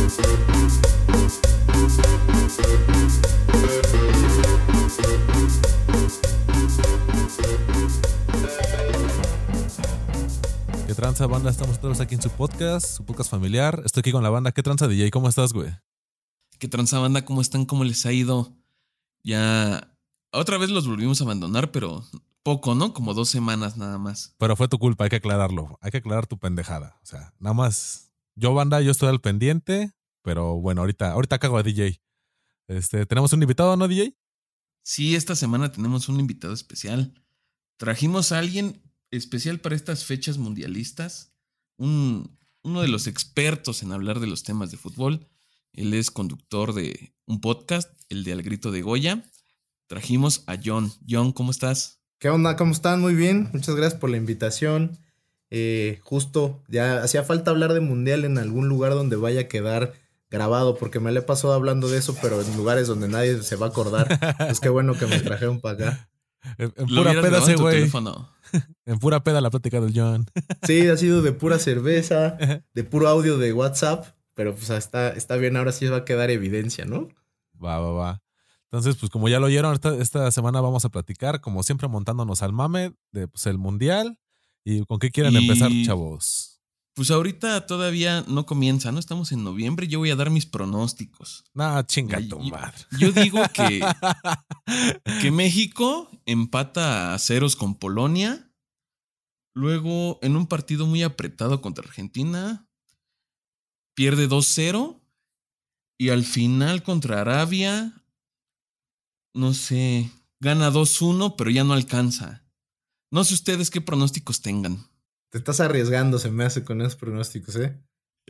¿Qué tranza, banda? Estamos todos aquí en su podcast familiar. Estoy aquí con la banda. ¿Qué tranza, DJ? ¿Cómo estás, güey? ¿Qué tranza, banda? ¿Cómo están? ¿Cómo les ha ido? Ya otra vez los volvimos a abandonar, pero poco, ¿no? Como 2 semanas nada más. Pero fue tu culpa, hay que aclararlo. Hay que aclarar tu pendejada. O sea, nada más. Yo, banda, yo estoy al pendiente, pero bueno, ahorita cago a DJ. Tenemos un invitado, ¿no, DJ? Sí, esta semana tenemos un invitado especial. Trajimos a alguien especial para estas fechas mundialistas. Uno de los expertos en hablar de los temas de fútbol. Él es conductor de un podcast, el de Al Grito de Goya. Trajimos a John. John, ¿cómo estás? ¿Qué onda? ¿Cómo están? Muy bien. Muchas gracias por la invitación. Justo, ya hacía falta hablar de mundial en algún lugar donde vaya a quedar grabado, porque me le he pasado hablando de eso, pero en lugares donde nadie se va a acordar. Pues qué bueno que me trajeron para acá. En pura peda ese güey. Teléfono. En pura peda la plática del John. Sí, ha sido de pura cerveza, de puro audio de WhatsApp, pero pues está bien, ahora sí va a quedar evidencia, ¿no? Va. Entonces, pues como ya lo oyeron, esta semana vamos a platicar, como siempre, montándonos al mame de pues, el mundial. ¿Y con qué quieren empezar, chavos? Pues ahorita todavía no comienza, ¿no? Estamos en noviembre, yo voy a dar mis pronósticos. Nah, chinga tu madre. Yo digo que México empata a ceros con Polonia. Luego, en un partido muy apretado contra Argentina, pierde 2-0. Y al final contra Arabia, no sé, gana 2-1, pero ya no alcanza. No sé ustedes qué pronósticos tengan. Te estás arriesgando, se me hace con esos pronósticos, ¿eh?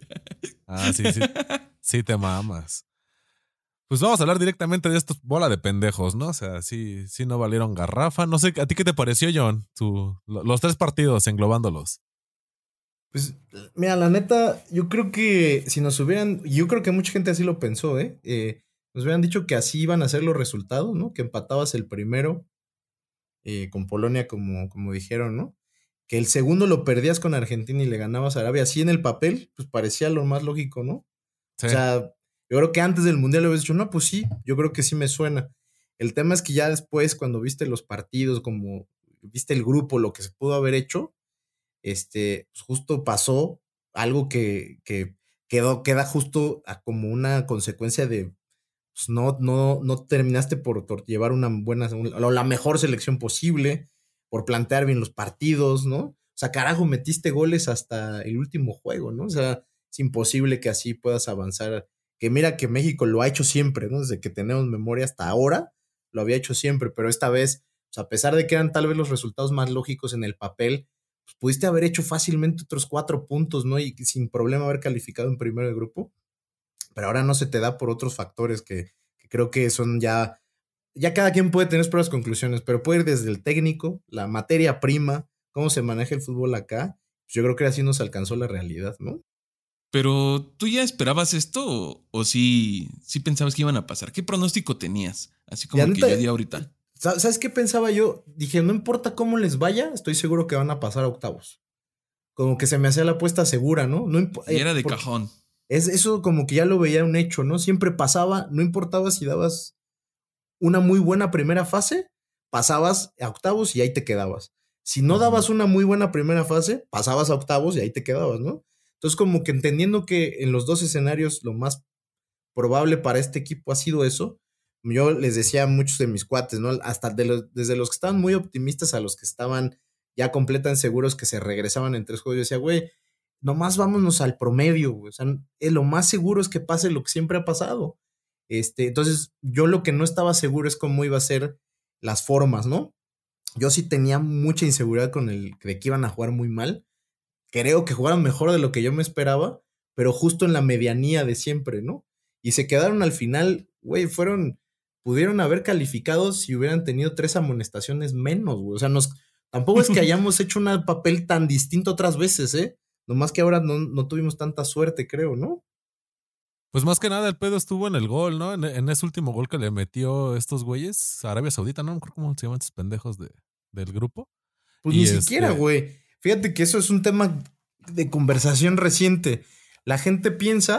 Ah, sí. Sí te mamas. Pues vamos a hablar directamente de estos bola de pendejos, ¿no? O sea, sí no valieron garrafa. No sé, ¿a ti qué te pareció, John? Los 3 partidos, englobándolos. Pues, mira, la neta, yo creo que yo creo que mucha gente así lo pensó, nos hubieran dicho que así iban a ser los resultados, ¿no? Que empatabas el primero con Polonia, como dijeron, ¿no? Que el segundo lo perdías con Argentina y le ganabas a Arabia. Así en el papel, pues parecía lo más lógico, ¿no? Sí. O sea, yo creo que antes del Mundial le hubieras dicho, no, pues sí, yo creo que sí me suena. El tema es que ya después, cuando viste los partidos, como viste el grupo, lo que se pudo haber hecho, pues justo pasó algo que queda justo como una consecuencia de pues no terminaste por llevar una buena o la mejor selección posible, por plantear bien los partidos, ¿no? O sea, carajo, metiste goles hasta el último juego, ¿no? O sea, es imposible que así puedas avanzar. Que mira que México lo ha hecho siempre, ¿no? Desde que tenemos memoria hasta ahora, lo había hecho siempre, pero esta vez, o sea, a pesar de que eran tal vez los resultados más lógicos en el papel, pues pudiste haber hecho fácilmente otros 4 puntos, ¿no? Y sin problema haber calificado en primero de grupo. Pero ahora no se te da por otros factores que creo que son ya cada quien puede tener sus propias conclusiones, pero puede ir desde el técnico, la materia prima, cómo se maneja el fútbol acá. Pues yo creo que así nos alcanzó la realidad, ¿no? Pero, ¿tú ya esperabas esto o sí pensabas que iban a pasar? ¿Qué pronóstico tenías? Así como el que yo di ahorita. ¿Sabes qué pensaba yo? Dije, no importa cómo les vaya, estoy seguro que van a pasar a octavos. Como que se me hacía la apuesta segura, ¿no? Y era de cajón. Eso como que ya lo veía un hecho, ¿no? Siempre pasaba, no importaba si dabas una muy buena primera fase, pasabas a octavos y ahí te quedabas. Si no dabas una muy buena primera fase, pasabas a octavos y ahí te quedabas, ¿no? Entonces como que entendiendo que en los 2 escenarios lo más probable para este equipo ha sido eso, yo les decía a muchos de mis cuates, ¿no? Hasta desde los que estaban muy optimistas a los que estaban ya completamente seguros que se regresaban en 3 juegos, yo decía, güey, nomás vámonos al promedio, güey. O sea, lo más seguro es que pase lo que siempre ha pasado. Entonces, yo lo que no estaba seguro es cómo iba a ser las formas, ¿no? Yo sí tenía mucha inseguridad de que iban a jugar muy mal. Creo que jugaron mejor de lo que yo me esperaba, pero justo en la medianía de siempre, ¿no? Y se quedaron al final, güey, pudieron haber calificado si hubieran tenido 3 amonestaciones menos, güey. O sea, tampoco es que hayamos hecho un papel tan distinto otras veces, ¿eh? Nomás que ahora no tuvimos tanta suerte, creo, ¿no? Pues más que nada el pedo estuvo en el gol, ¿no? En ese último gol que le metió estos güeyes, Arabia Saudita, ¿no? No creo cómo se llaman estos pendejos del grupo. Pues ni siquiera, güey. Fíjate que eso es un tema de conversación reciente. La gente piensa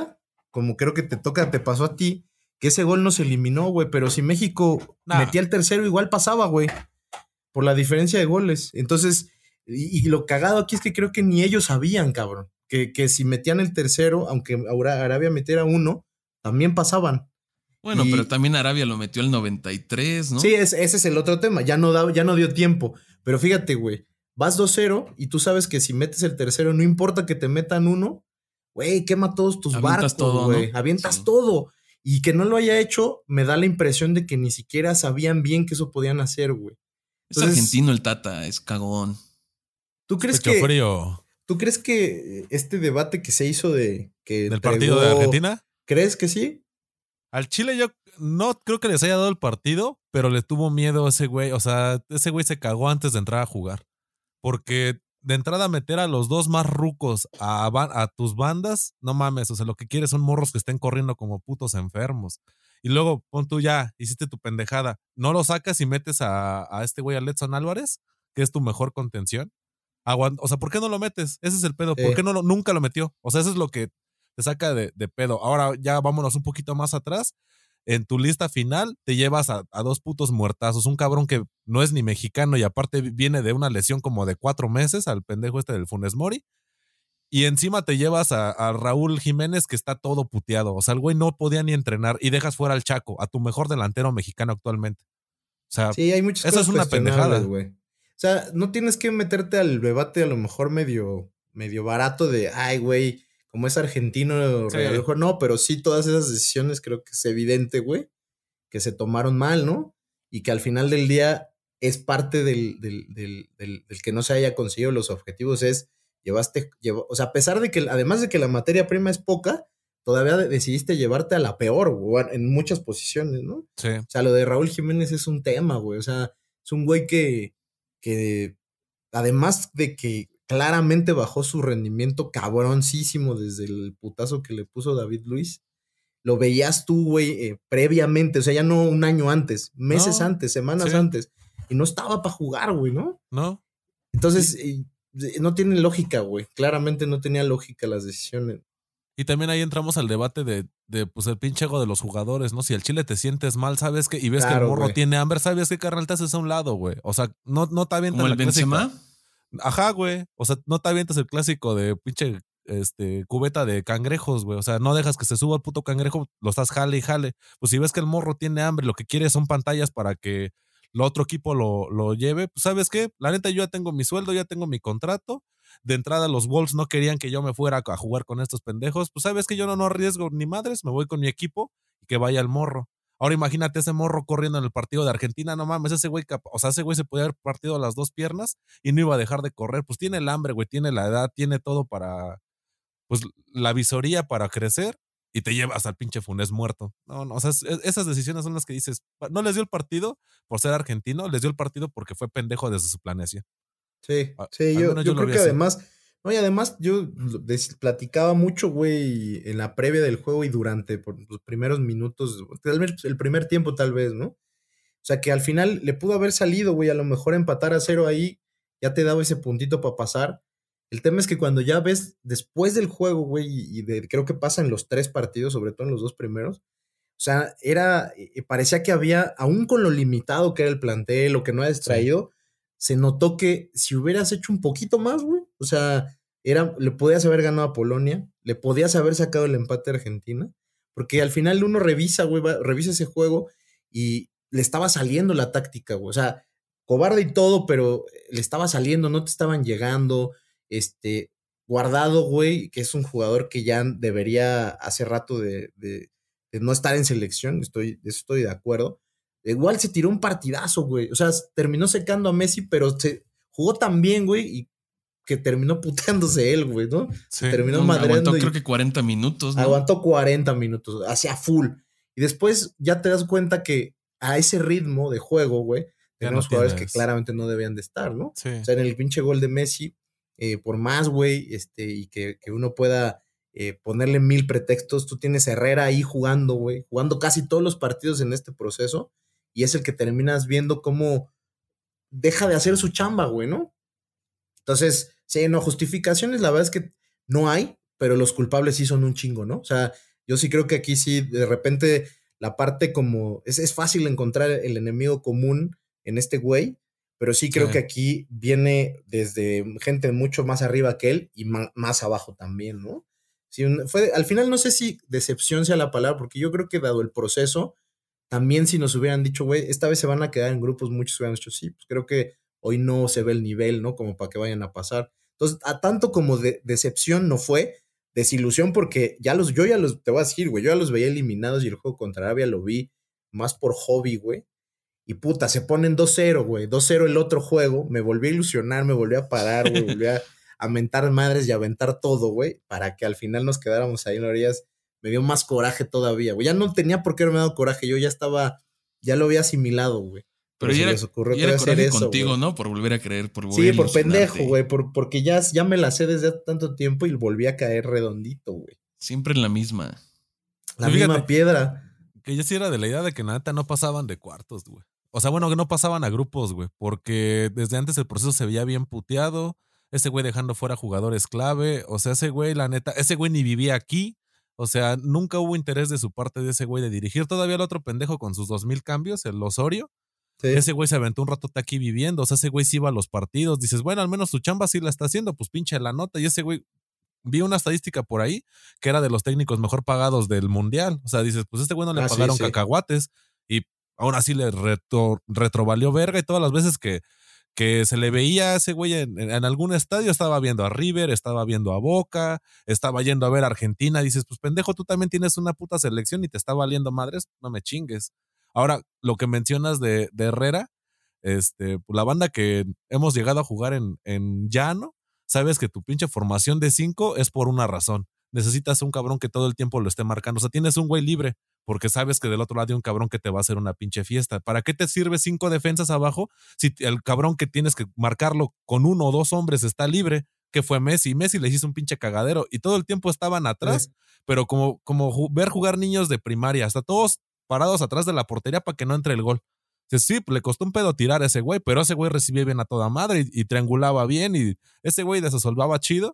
como creo que te pasó a ti, que ese gol no se eliminó, güey, pero si México Nah. metía el tercero, igual pasaba, güey, por la diferencia de goles. Entonces, y lo cagado aquí es que creo que ni ellos sabían, cabrón, que si metían el tercero, aunque ahora Arabia metiera uno, también pasaban. Bueno, Y- pero también Arabia lo metió el 93, ¿no? Sí, ese es el otro tema. Ya no dio tiempo. Pero fíjate, güey. Vas 2-0 y tú sabes que si metes el tercero, no importa que te metan uno, güey, quema todos tus Avientas barcos, todo, güey. ¿no? Avientas Sí. todo. Y que no lo haya hecho, me da la impresión de que ni siquiera sabían bien que eso podían hacer, güey. Es Entonces, argentino el Tata, es cagón. ¿tú crees Pecho que, frío ¿tú crees que este debate que se hizo de que del partido de Argentina. ¿crees que sí? Al Chile yo no creo que les haya dado el partido, pero le tuvo miedo a ese güey. O sea, ese güey se cagó antes de entrar a jugar. Porque de entrada meter a los dos más rucos a tus bandas, no mames. O sea, lo que quieres son morros que estén corriendo como putos enfermos. Y luego, pon tú ya, hiciste tu pendejada. No lo sacas y metes a este güey, a Letson Álvarez, que es tu mejor contención. O sea, ¿por qué no lo metes? Ese es el pedo. ¿Por qué nunca lo metió? O sea, eso es lo que te saca de pedo. Ahora ya vámonos un poquito más atrás. En tu lista final te llevas a dos putos muertazos. Un cabrón que no es ni mexicano y aparte viene de una lesión como de 4 meses, al pendejo este del Funes Mori. Y encima te llevas a Raúl Jiménez, que está todo puteado. O sea, el güey no podía ni entrenar y dejas fuera al Chaco, a tu mejor delantero mexicano actualmente. O sea, Sí, hay muchas eso cosas es una cuestionables, pendejada. güey. O sea, no tienes que meterte al debate a lo mejor medio barato de, ay, güey, como es argentino, Sí. regaló el juego. No, pero sí todas esas decisiones creo que es evidente, güey, que se tomaron mal, ¿no? Y que al final del día es parte del que no se haya conseguido los objetivos, o sea, a pesar de que, además de que la materia prima es poca, todavía decidiste llevarte a la peor, güey, en muchas posiciones, ¿no? Sí. O sea, lo de Raúl Jiménez es un tema, güey. O sea, es un güey que además de que claramente bajó su rendimiento cabroncísimo desde el putazo que le puso David Luis, lo veías tú, güey, previamente, o sea, ya no un año antes, meses No, antes, semanas sí. antes, y no estaba para jugar, güey, ¿no? ¿No? Entonces, no tiene lógica, güey. Claramente no tenía lógica las decisiones. Y también ahí entramos al debate de pues el pinche ego de los jugadores, ¿no? Si al Chile te sientes mal, ¿sabes qué? Y ves que el Claro, morro güey. tiene hambre, ¿sabes qué, carnal? Te haces a un lado, güey. O sea, no te avientas Como el la clásica. Benzema. Ajá, güey. O sea, no te avientas el clásico de pinche cubeta de cangrejos, güey. O sea, no dejas que se suba el puto cangrejo, lo estás jale y jale. Pues si ves que el morro tiene hambre, lo que quiere son pantallas para que el otro equipo lo lleve, pues ¿sabes qué? La neta, yo ya tengo mi sueldo, ya tengo mi contrato. De entrada, los Wolves no querían que yo me fuera a jugar con estos pendejos. Pues sabes que yo no arriesgo ni madres, me voy con mi equipo y que vaya el morro. Ahora imagínate ese morro corriendo en el partido de Argentina, no mames, ese güey, o sea, ese güey se podía haber partido a las dos piernas y no iba a dejar de correr. Pues tiene el hambre, güey, tiene la edad, tiene todo para, pues la visoría para crecer y te llevas al pinche Funes muerto. No, o sea, esas decisiones son las que dices, no les dio el partido por ser argentino, les dio el partido porque fue pendejo desde su planeación. Sí, Al yo menos yo lo creo vi que así. además, no, y además yo platicaba mucho, güey, en la previa del juego y durante los primeros minutos, tal vez el primer tiempo tal vez, ¿no? O sea, que al final le pudo haber salido, güey, a lo mejor empatar a 0 ahí, ya te daba ese puntito para pasar. El tema es que cuando ya ves después del juego, güey, creo que pasa en los 3 partidos, sobre todo en los 2 primeros, o sea, parecía que había, aún con lo limitado que era el plantel, lo que no habías traído, se notó que si hubieras hecho un poquito más, güey, o sea, le podías haber ganado a Polonia, le podías haber sacado el empate a Argentina, porque al final uno revisa, güey, revisa ese juego y le estaba saliendo la táctica, güey, o sea, cobarde y todo, pero le estaba saliendo, no te estaban llegando, Guardado, güey, que es un jugador que ya debería hace rato de no estar en selección, estoy de acuerdo. Igual se tiró un partidazo, güey. O sea, terminó secando a Messi, pero se jugó tan bien, güey, y que terminó puteándose él, güey, ¿no? Se terminó madreando. Aguantó creo que 40 minutos, ¿no? Aguantó 40 minutos, hacia full. Y después ya te das cuenta que a ese ritmo de juego, güey, tenemos jugadores que claramente no debían de estar, ¿no? Sí. O sea, en el pinche gol de Messi, por más, güey, y que uno pueda ponerle 1000 pretextos, tú tienes Herrera ahí jugando, güey, jugando casi todos los partidos en este proceso, y es el que terminas viendo cómo deja de hacer su chamba, güey, ¿no? Entonces, sí, no, justificaciones, la verdad es que no hay, pero los culpables sí son un chingo, ¿no? O sea, Yo sí creo que aquí sí, de repente, la parte como. Es fácil encontrar el enemigo común en este güey, pero sí creo Sí. que aquí viene desde gente mucho más arriba que él y más abajo también, ¿no? Sí, al final no sé si decepción sea la palabra, porque yo creo que dado el proceso, también si nos hubieran dicho, güey, esta vez se van a quedar en grupos, muchos hubieran dicho, sí, pues creo que hoy no se ve el nivel, ¿no? Como para que vayan a pasar. Entonces, a tanto como decepción no fue, desilusión porque te voy a decir, güey, yo ya los veía eliminados y el juego contra Arabia lo vi más por hobby, güey. Y puta, se ponen 2-0, güey. 2-0 el otro juego. Me volví a ilusionar, me volví a parar, güey. Volví a mentar madres y a aventar todo, güey. Para que al final nos quedáramos ahí en las orillas. Me dio más coraje todavía, güey. Ya no tenía por qué haberme dado coraje. Yo ya lo había asimilado, güey. Pero se ya les ocurrió era todavía hacer coraje eso, contigo, güey. ¿no? Por volver a creer, por volver Sí, a por pendejo, ilusionarte. güey. Porque ya me la sé desde hace tanto tiempo y volví a caer redondito, güey. Siempre en la misma. La Sí, misma fíjate, piedra. que yo sí era de la idea de que neta no pasaban de cuartos, güey. O sea, bueno, que no pasaban a grupos, güey. Porque desde antes el proceso se veía bien puteado. Ese güey dejando fuera jugadores clave. O sea, ese güey, la neta, ese güey ni vivía aquí. O sea, nunca hubo interés de su parte de ese güey de dirigir. Todavía el otro pendejo con sus 2000 cambios, el Osorio. Sí. Ese güey se aventó un rato aquí viviendo. O sea, ese güey sí iba a los partidos. Dices, bueno, al menos su chamba sí la está haciendo. Pues pinche la nota. Y ese güey, vi una estadística por ahí que era de los técnicos mejor pagados del mundial. O sea, dices, pues este güey no le pagaron Sí. cacahuates y aún así le retrovalió verga y todas las veces que se le veía a ese güey en algún estadio, estaba viendo a River, estaba viendo a Boca, estaba yendo a ver a Argentina. Dices, pues pendejo, tú también tienes una puta selección y te está valiendo madres, no me chingues. Ahora, lo que mencionas de Herrera, la banda que hemos llegado a jugar en llano, sabes que tu pinche formación de 5 es por una razón. Necesitas un cabrón que todo el tiempo lo esté marcando. O sea, tienes un güey libre porque sabes que del otro lado hay un cabrón que te va a hacer una pinche fiesta. ¿Para qué te sirve 5 defensas abajo si el cabrón que tienes que marcarlo con 1 o 2 hombres está libre? Que fue Messi. Messi le hizo un pinche cagadero y todo el tiempo estaban atrás, pero como ver jugar niños de primaria, hasta todos parados atrás de la portería para que no entre el gol. Sí, le costó un pedo tirar a ese güey, pero ese güey recibía bien a toda madre y triangulaba bien y ese güey desasolvaba chido.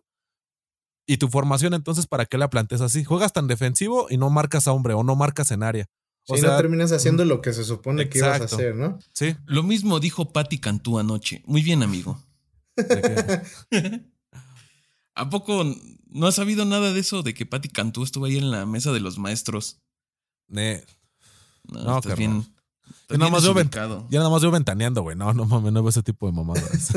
Y tu formación entonces, ¿para qué la planteas así? Juegas tan defensivo y no marcas a hombre o no marcas en área. O Sí, sea, no terminas haciendo lo que se supone que ibas a exacto. hacer, ¿no? Sí. Lo mismo dijo Pati Cantú anoche. Muy bien, amigo. ¿A poco no has sabido nada de eso? De que Pati Cantú estuvo ahí en la mesa de los maestros. No, estás bien. Yo nada más veo ventaneando, güey. No mames, no veo ese tipo de mamadas.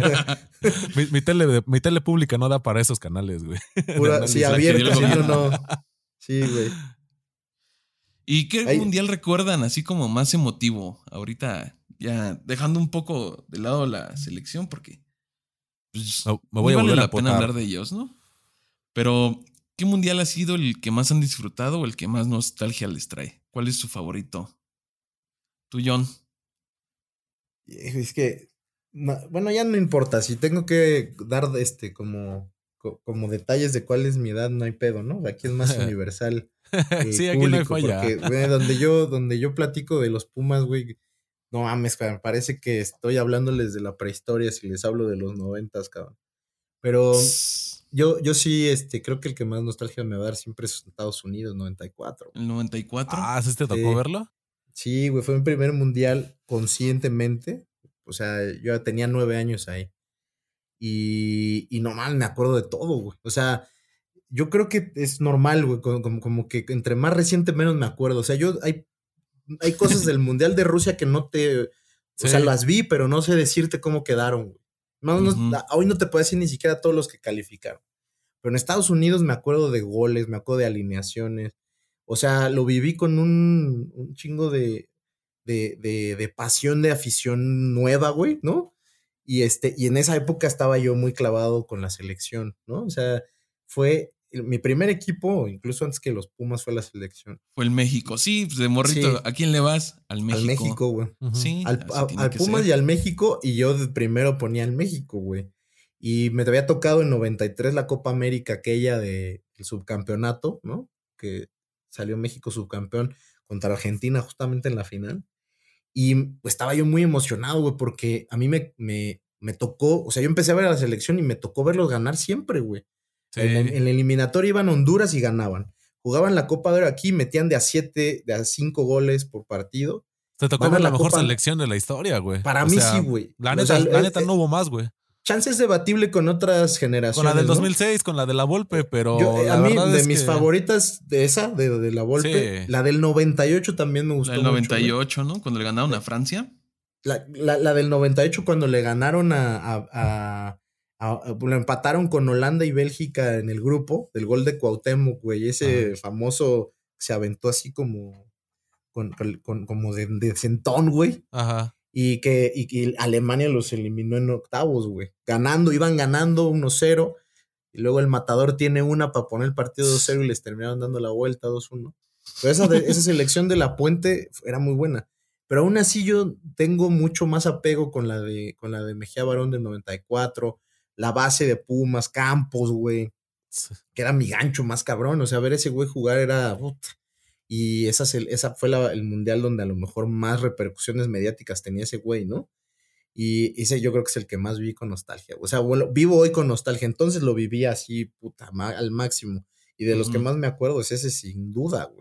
mi tele pública no da para esos canales, güey. Sí, abierta, sí, no. Sí, güey. ¿Y qué mundial recuerdan así como más emotivo? Ahorita ya dejando un poco de lado la selección porque pues, me voy a vale volver la pena hablar de ellos, ¿no? Pero, ¿qué mundial ha sido el que más han disfrutado o el que más nostalgia les trae? ¿Cuál es su favorito? Tú, John. Es que, bueno, ya no importa. Si tengo que dar como detalles de cuál es mi edad, no hay pedo, ¿no? Aquí es más universal. Sí, aquí público, no hay falla. Porque, güey, donde yo platico de los Pumas, güey, no mames, me parece que estoy hablándoles de la prehistoria si les hablo de los 90, cabrón. Pero yo sí, creo que el que más nostalgia me va a dar siempre es Estados Unidos, 94. ¿El 94? Ah, ¿sí te tocó verlo? Sí, güey, fue mi primer mundial conscientemente. O sea, yo ya tenía 9 años ahí. Y normal, me acuerdo de todo, güey. O sea, yo creo que es normal, güey, como que entre más reciente menos me acuerdo. O sea, hay cosas del Mundial de Rusia que no te... O sea, las vi, pero no sé decirte cómo quedaron, güey. Hoy no te puedo decir ni siquiera todos los que calificaron. Pero en Estados Unidos me acuerdo de goles, me acuerdo de alineaciones. O sea, lo viví con un chingo de pasión, de afición nueva, güey, ¿no? Y en esa época estaba yo muy clavado con la selección, ¿no? O sea, fue mi primer equipo, incluso antes que los Pumas, fue la selección. Fue el México. Sí, pues de morrito. Sí. ¿A quién le vas? Al México. Al México, güey. Sí. Al Pumas y al México, y yo primero ponía al México, güey. Y me había tocado en 93 la Copa América, aquella del subcampeonato, ¿no? Que salió México subcampeón contra Argentina justamente en la final. Y estaba yo muy emocionado, güey, porque a mí me tocó, o sea, yo empecé a ver a la selección y me tocó verlos ganar siempre, güey. Sí. En la eliminatoria iban a Honduras y ganaban. jugaban la Copa de Oro aquí, metían de a 7, de a 5 goles por partido. Te tocó Van a ver la la mejor Copa. selección de la historia, güey. Para O mí sea, sí, güey. La O neta, sea, no hubo más, güey. Chance es debatible con otras Con generaciones, la del ¿no? 2006, con la de la Volpe, pero Yo, la a mí, verdad de es mis que... favoritas de esa, de la Volpe, Sí. la del 98 también me La gustó del mucho, 98, ¿no? Cuando le ganaron a Francia. La del 98 cuando le ganaron lo empataron con Holanda y Bélgica en el grupo, del gol de Cuauhtémoc, güey, ese famoso se aventó así como como de sentón, güey. Ajá. Y que Alemania los eliminó en octavos, güey. Iban ganando 1-0. Y luego el matador tiene una para poner el partido 2-0 y les terminaron dando la vuelta 2-1. Pero esa selección de La Puente era muy buena. Pero aún así yo tengo mucho más apego con la de Mejía Barón del 94, la base de Pumas, Campos, güey, que era mi gancho más cabrón. O sea, ver ese güey jugar era... Y esa fue el mundial donde a lo mejor más repercusiones mediáticas tenía ese güey, ¿no? Y ese yo creo que es el que más viví con nostalgia. O sea, bueno, vivo hoy con nostalgia. Entonces lo viví así, puta, al máximo. Y de los que más me acuerdo es ese, sin duda, güey.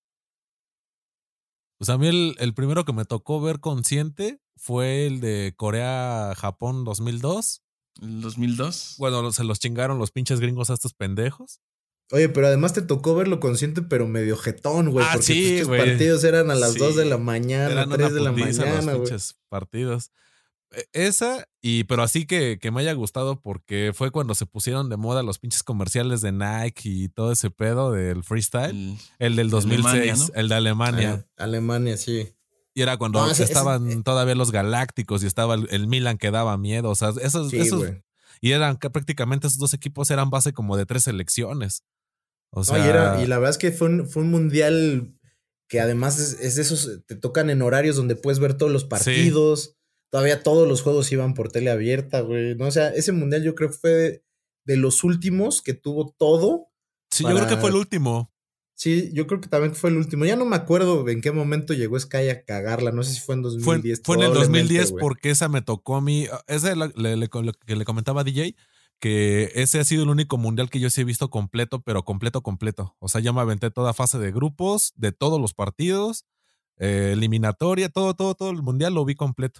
Pues a mí el primero que me tocó ver consciente fue el de Corea-Japón 2002. ¿El 2002? Bueno, se los chingaron los pinches gringos a estos pendejos. Oye, pero además te tocó verlo consciente, pero medio jetón, güey. Porque sí, estos güey. partidos eran a las 2 de la mañana, eran 3 de la mañana, los güey. pinches partidos. Esa, pero así que me haya gustado porque fue cuando se pusieron de moda los pinches comerciales de Nike y todo ese pedo del freestyle. El del 2006, Alemania, ¿no? el de Alemania. Alemania, sí. Y era cuando estaban todavía los Galácticos y estaba el Milan que daba miedo. O sea, esos y eran que prácticamente esos dos equipos eran base como de 3 selecciones. O sea, y la verdad es que fue un mundial que además es de esos, te tocan en horarios donde puedes ver todos los partidos. Sí. Todavía todos los juegos iban por tele abierta, güey. ¿No? O sea, ese mundial yo creo que fue de los últimos que tuvo todo. Sí, yo creo que fue el último. Sí, yo creo que también fue el último. Ya no me acuerdo en qué momento llegó Sky a cagarla. No sé si fue en 2010. Fue en el 2010 porque esa me tocó a mí. Esa es lo que le comentaba a DJ, que ese ha sido el único mundial que yo sí he visto completo, pero completo. O sea, ya me aventé toda fase de grupos, de todos los partidos, eliminatoria, todo el mundial lo vi completo.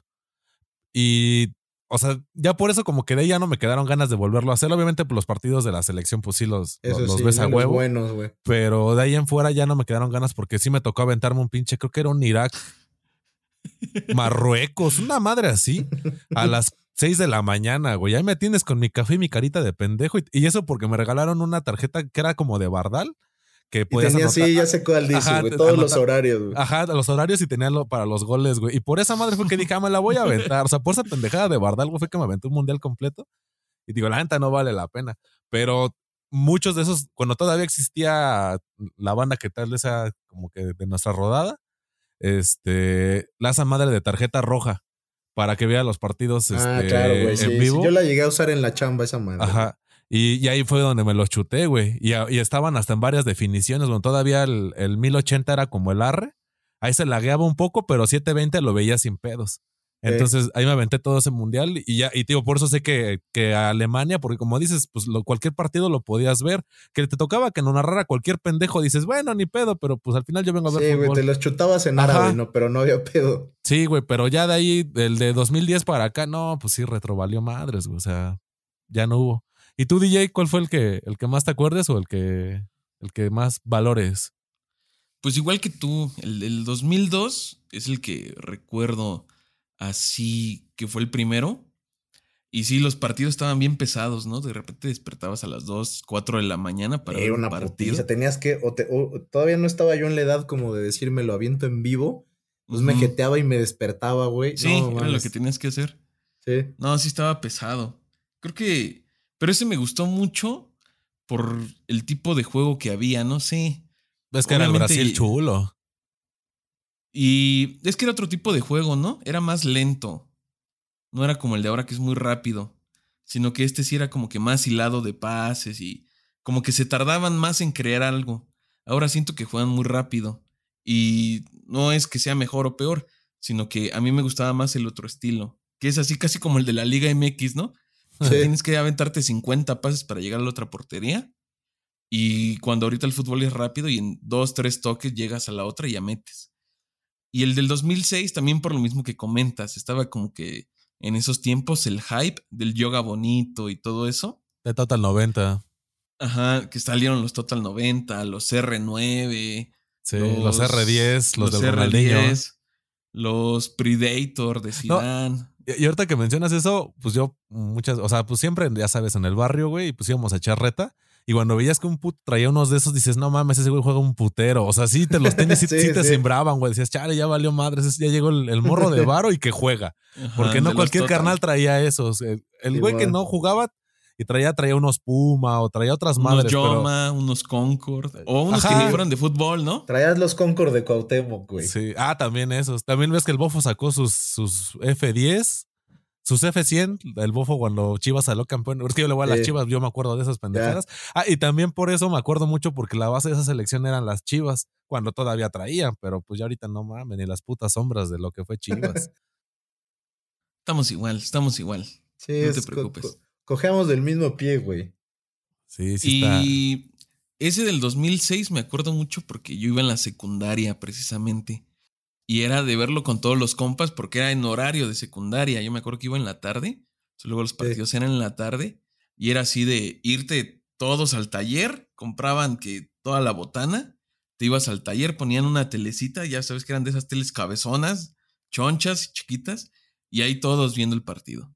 Y, o sea, ya por eso como que de ahí ya no me quedaron ganas de volverlo a hacer. Obviamente pues, los partidos de la selección pues sí los ves a huevo. Buenos, güey. Pero de ahí en fuera ya no me quedaron ganas porque sí me tocó aventarme un pinche, creo que era un Irak, Marruecos, una madre así, a las 6 de la mañana, güey. Ahí me tienes con mi café y mi carita de pendejo. Y eso porque me regalaron una tarjeta que era como de Bardal. Que podías anotar. Sí, ya sé cuál dice, güey. Todos los horarios, güey. Ajá, los horarios y tenía para los goles, güey. Y por esa madre fue que dije, me la voy a aventar. O sea, por esa pendejada de Bardal, güey, fue que me aventé un mundial completo. Y digo, la neta no vale la pena. Pero muchos de esos, cuando todavía existía la banda que tal, esa como que de nuestra rodada, la esa madre de tarjeta roja para que vea los partidos claro, güey, en vivo. Sí, yo la llegué a usar en la chamba esa madre. Ajá. Y ahí fue donde me los chuté, güey. Y estaban hasta en varias definiciones. Bueno, todavía el 1080 era como el arre. Ahí se lagueaba un poco, pero 720 lo veía sin pedos. Entonces ahí me aventé todo ese mundial. Y digo, por eso sé que a Alemania, porque como dices, pues cualquier partido lo podías ver. Que te tocaba que no narrara cualquier pendejo. Dices, bueno, ni pedo, pero pues al final yo vengo a ver fútbol. Sí, güey, te los chutabas en árabe, ¿no? Pero no había pedo. Sí, güey, pero ya de ahí, el de 2010 para acá, no, pues sí, retrovalió madres, güey. O sea, ya no hubo. ¿Y tú, DJ, cuál fue el que más te acuerdes o el que más valores? Pues igual que tú, el 2002 es el que recuerdo así que fue el primero. Y sí, los partidos estaban bien pesados, ¿no? De repente despertabas a las 2, 4 de la mañana para ver un partido. Putiza. Tenías que, todavía no estaba yo en la edad como de decirme lo aviento en vivo. Pues me jeteaba y me despertaba, güey. Sí, era lo que tenías que hacer. Sí. No, sí estaba pesado. Creo que... Pero ese me gustó mucho por el tipo de juego que había, no sé. Es que era el Brasil chulo. Y es que era otro tipo de juego, ¿no? Era más lento. No era como el de ahora que es muy rápido. Sino que sí era como que más hilado de pases y como que se tardaban más en crear algo. Ahora siento que juegan muy rápido. Y no es que sea mejor o peor, sino que a mí me gustaba más el otro estilo. Que es así casi como el de la Liga MX, ¿no? O sea, tienes que aventarte 50 pases para llegar a la otra portería. Y cuando ahorita el fútbol es rápido y en 2, 3 toques llegas a la otra y ya metes. Y el del 2006 también por lo mismo que comentas, estaba como que en esos tiempos el hype del yoga bonito y todo eso. De Total 90. Ajá, que salieron los Total 90, los R9, Sí, los R10, los del Ronaldinho. R10, los Predator de Zidane. Y ahorita que mencionas eso, pues yo o sea, pues siempre, ya sabes, en el barrio, güey, y pues íbamos a echar reta. Y cuando veías que un puto traía unos de esos, dices, no mames, ese güey juega un putero. O sea, sí, los tenis sí te sembraban, güey. Decías, chale, ya valió madres, ya llegó el morro de varo y que juega. Ajá, porque no cualquier carnal traía esos. El güey que no jugaba y traía unos Puma o traía otras madres. Unos Yoma, unos Concord. O unos que ni fueran de fútbol, ¿no? Traías los Concord de Cuauhtémoc, güey. Sí, también esos. También ves que el Bofo sacó sus F10. Sus F100, el Bofo cuando Chivas salió campeón. Es que yo le voy a las Chivas, yo me acuerdo de esas pendejadas. Y también por eso me acuerdo mucho porque la base de esa selección eran las Chivas, cuando todavía traían, pero pues ya ahorita no mames, ni las putas sombras de lo que fue Chivas. Estamos igual. Sí, no te preocupes. Cogeamos del mismo pie, güey. Sí, y ese del 2006 me acuerdo mucho porque yo iba en la secundaria precisamente. Y era de verlo con todos los compas porque era en horario de secundaria. Yo me acuerdo que iba en la tarde. Luego los partidos eran en la tarde. Y era así de irte todos al taller. Compraban que toda la botana. Te ibas al taller, ponían una telecita. Ya sabes que eran de esas teles cabezonas, chonchas, chiquitas. Y ahí todos viendo el partido.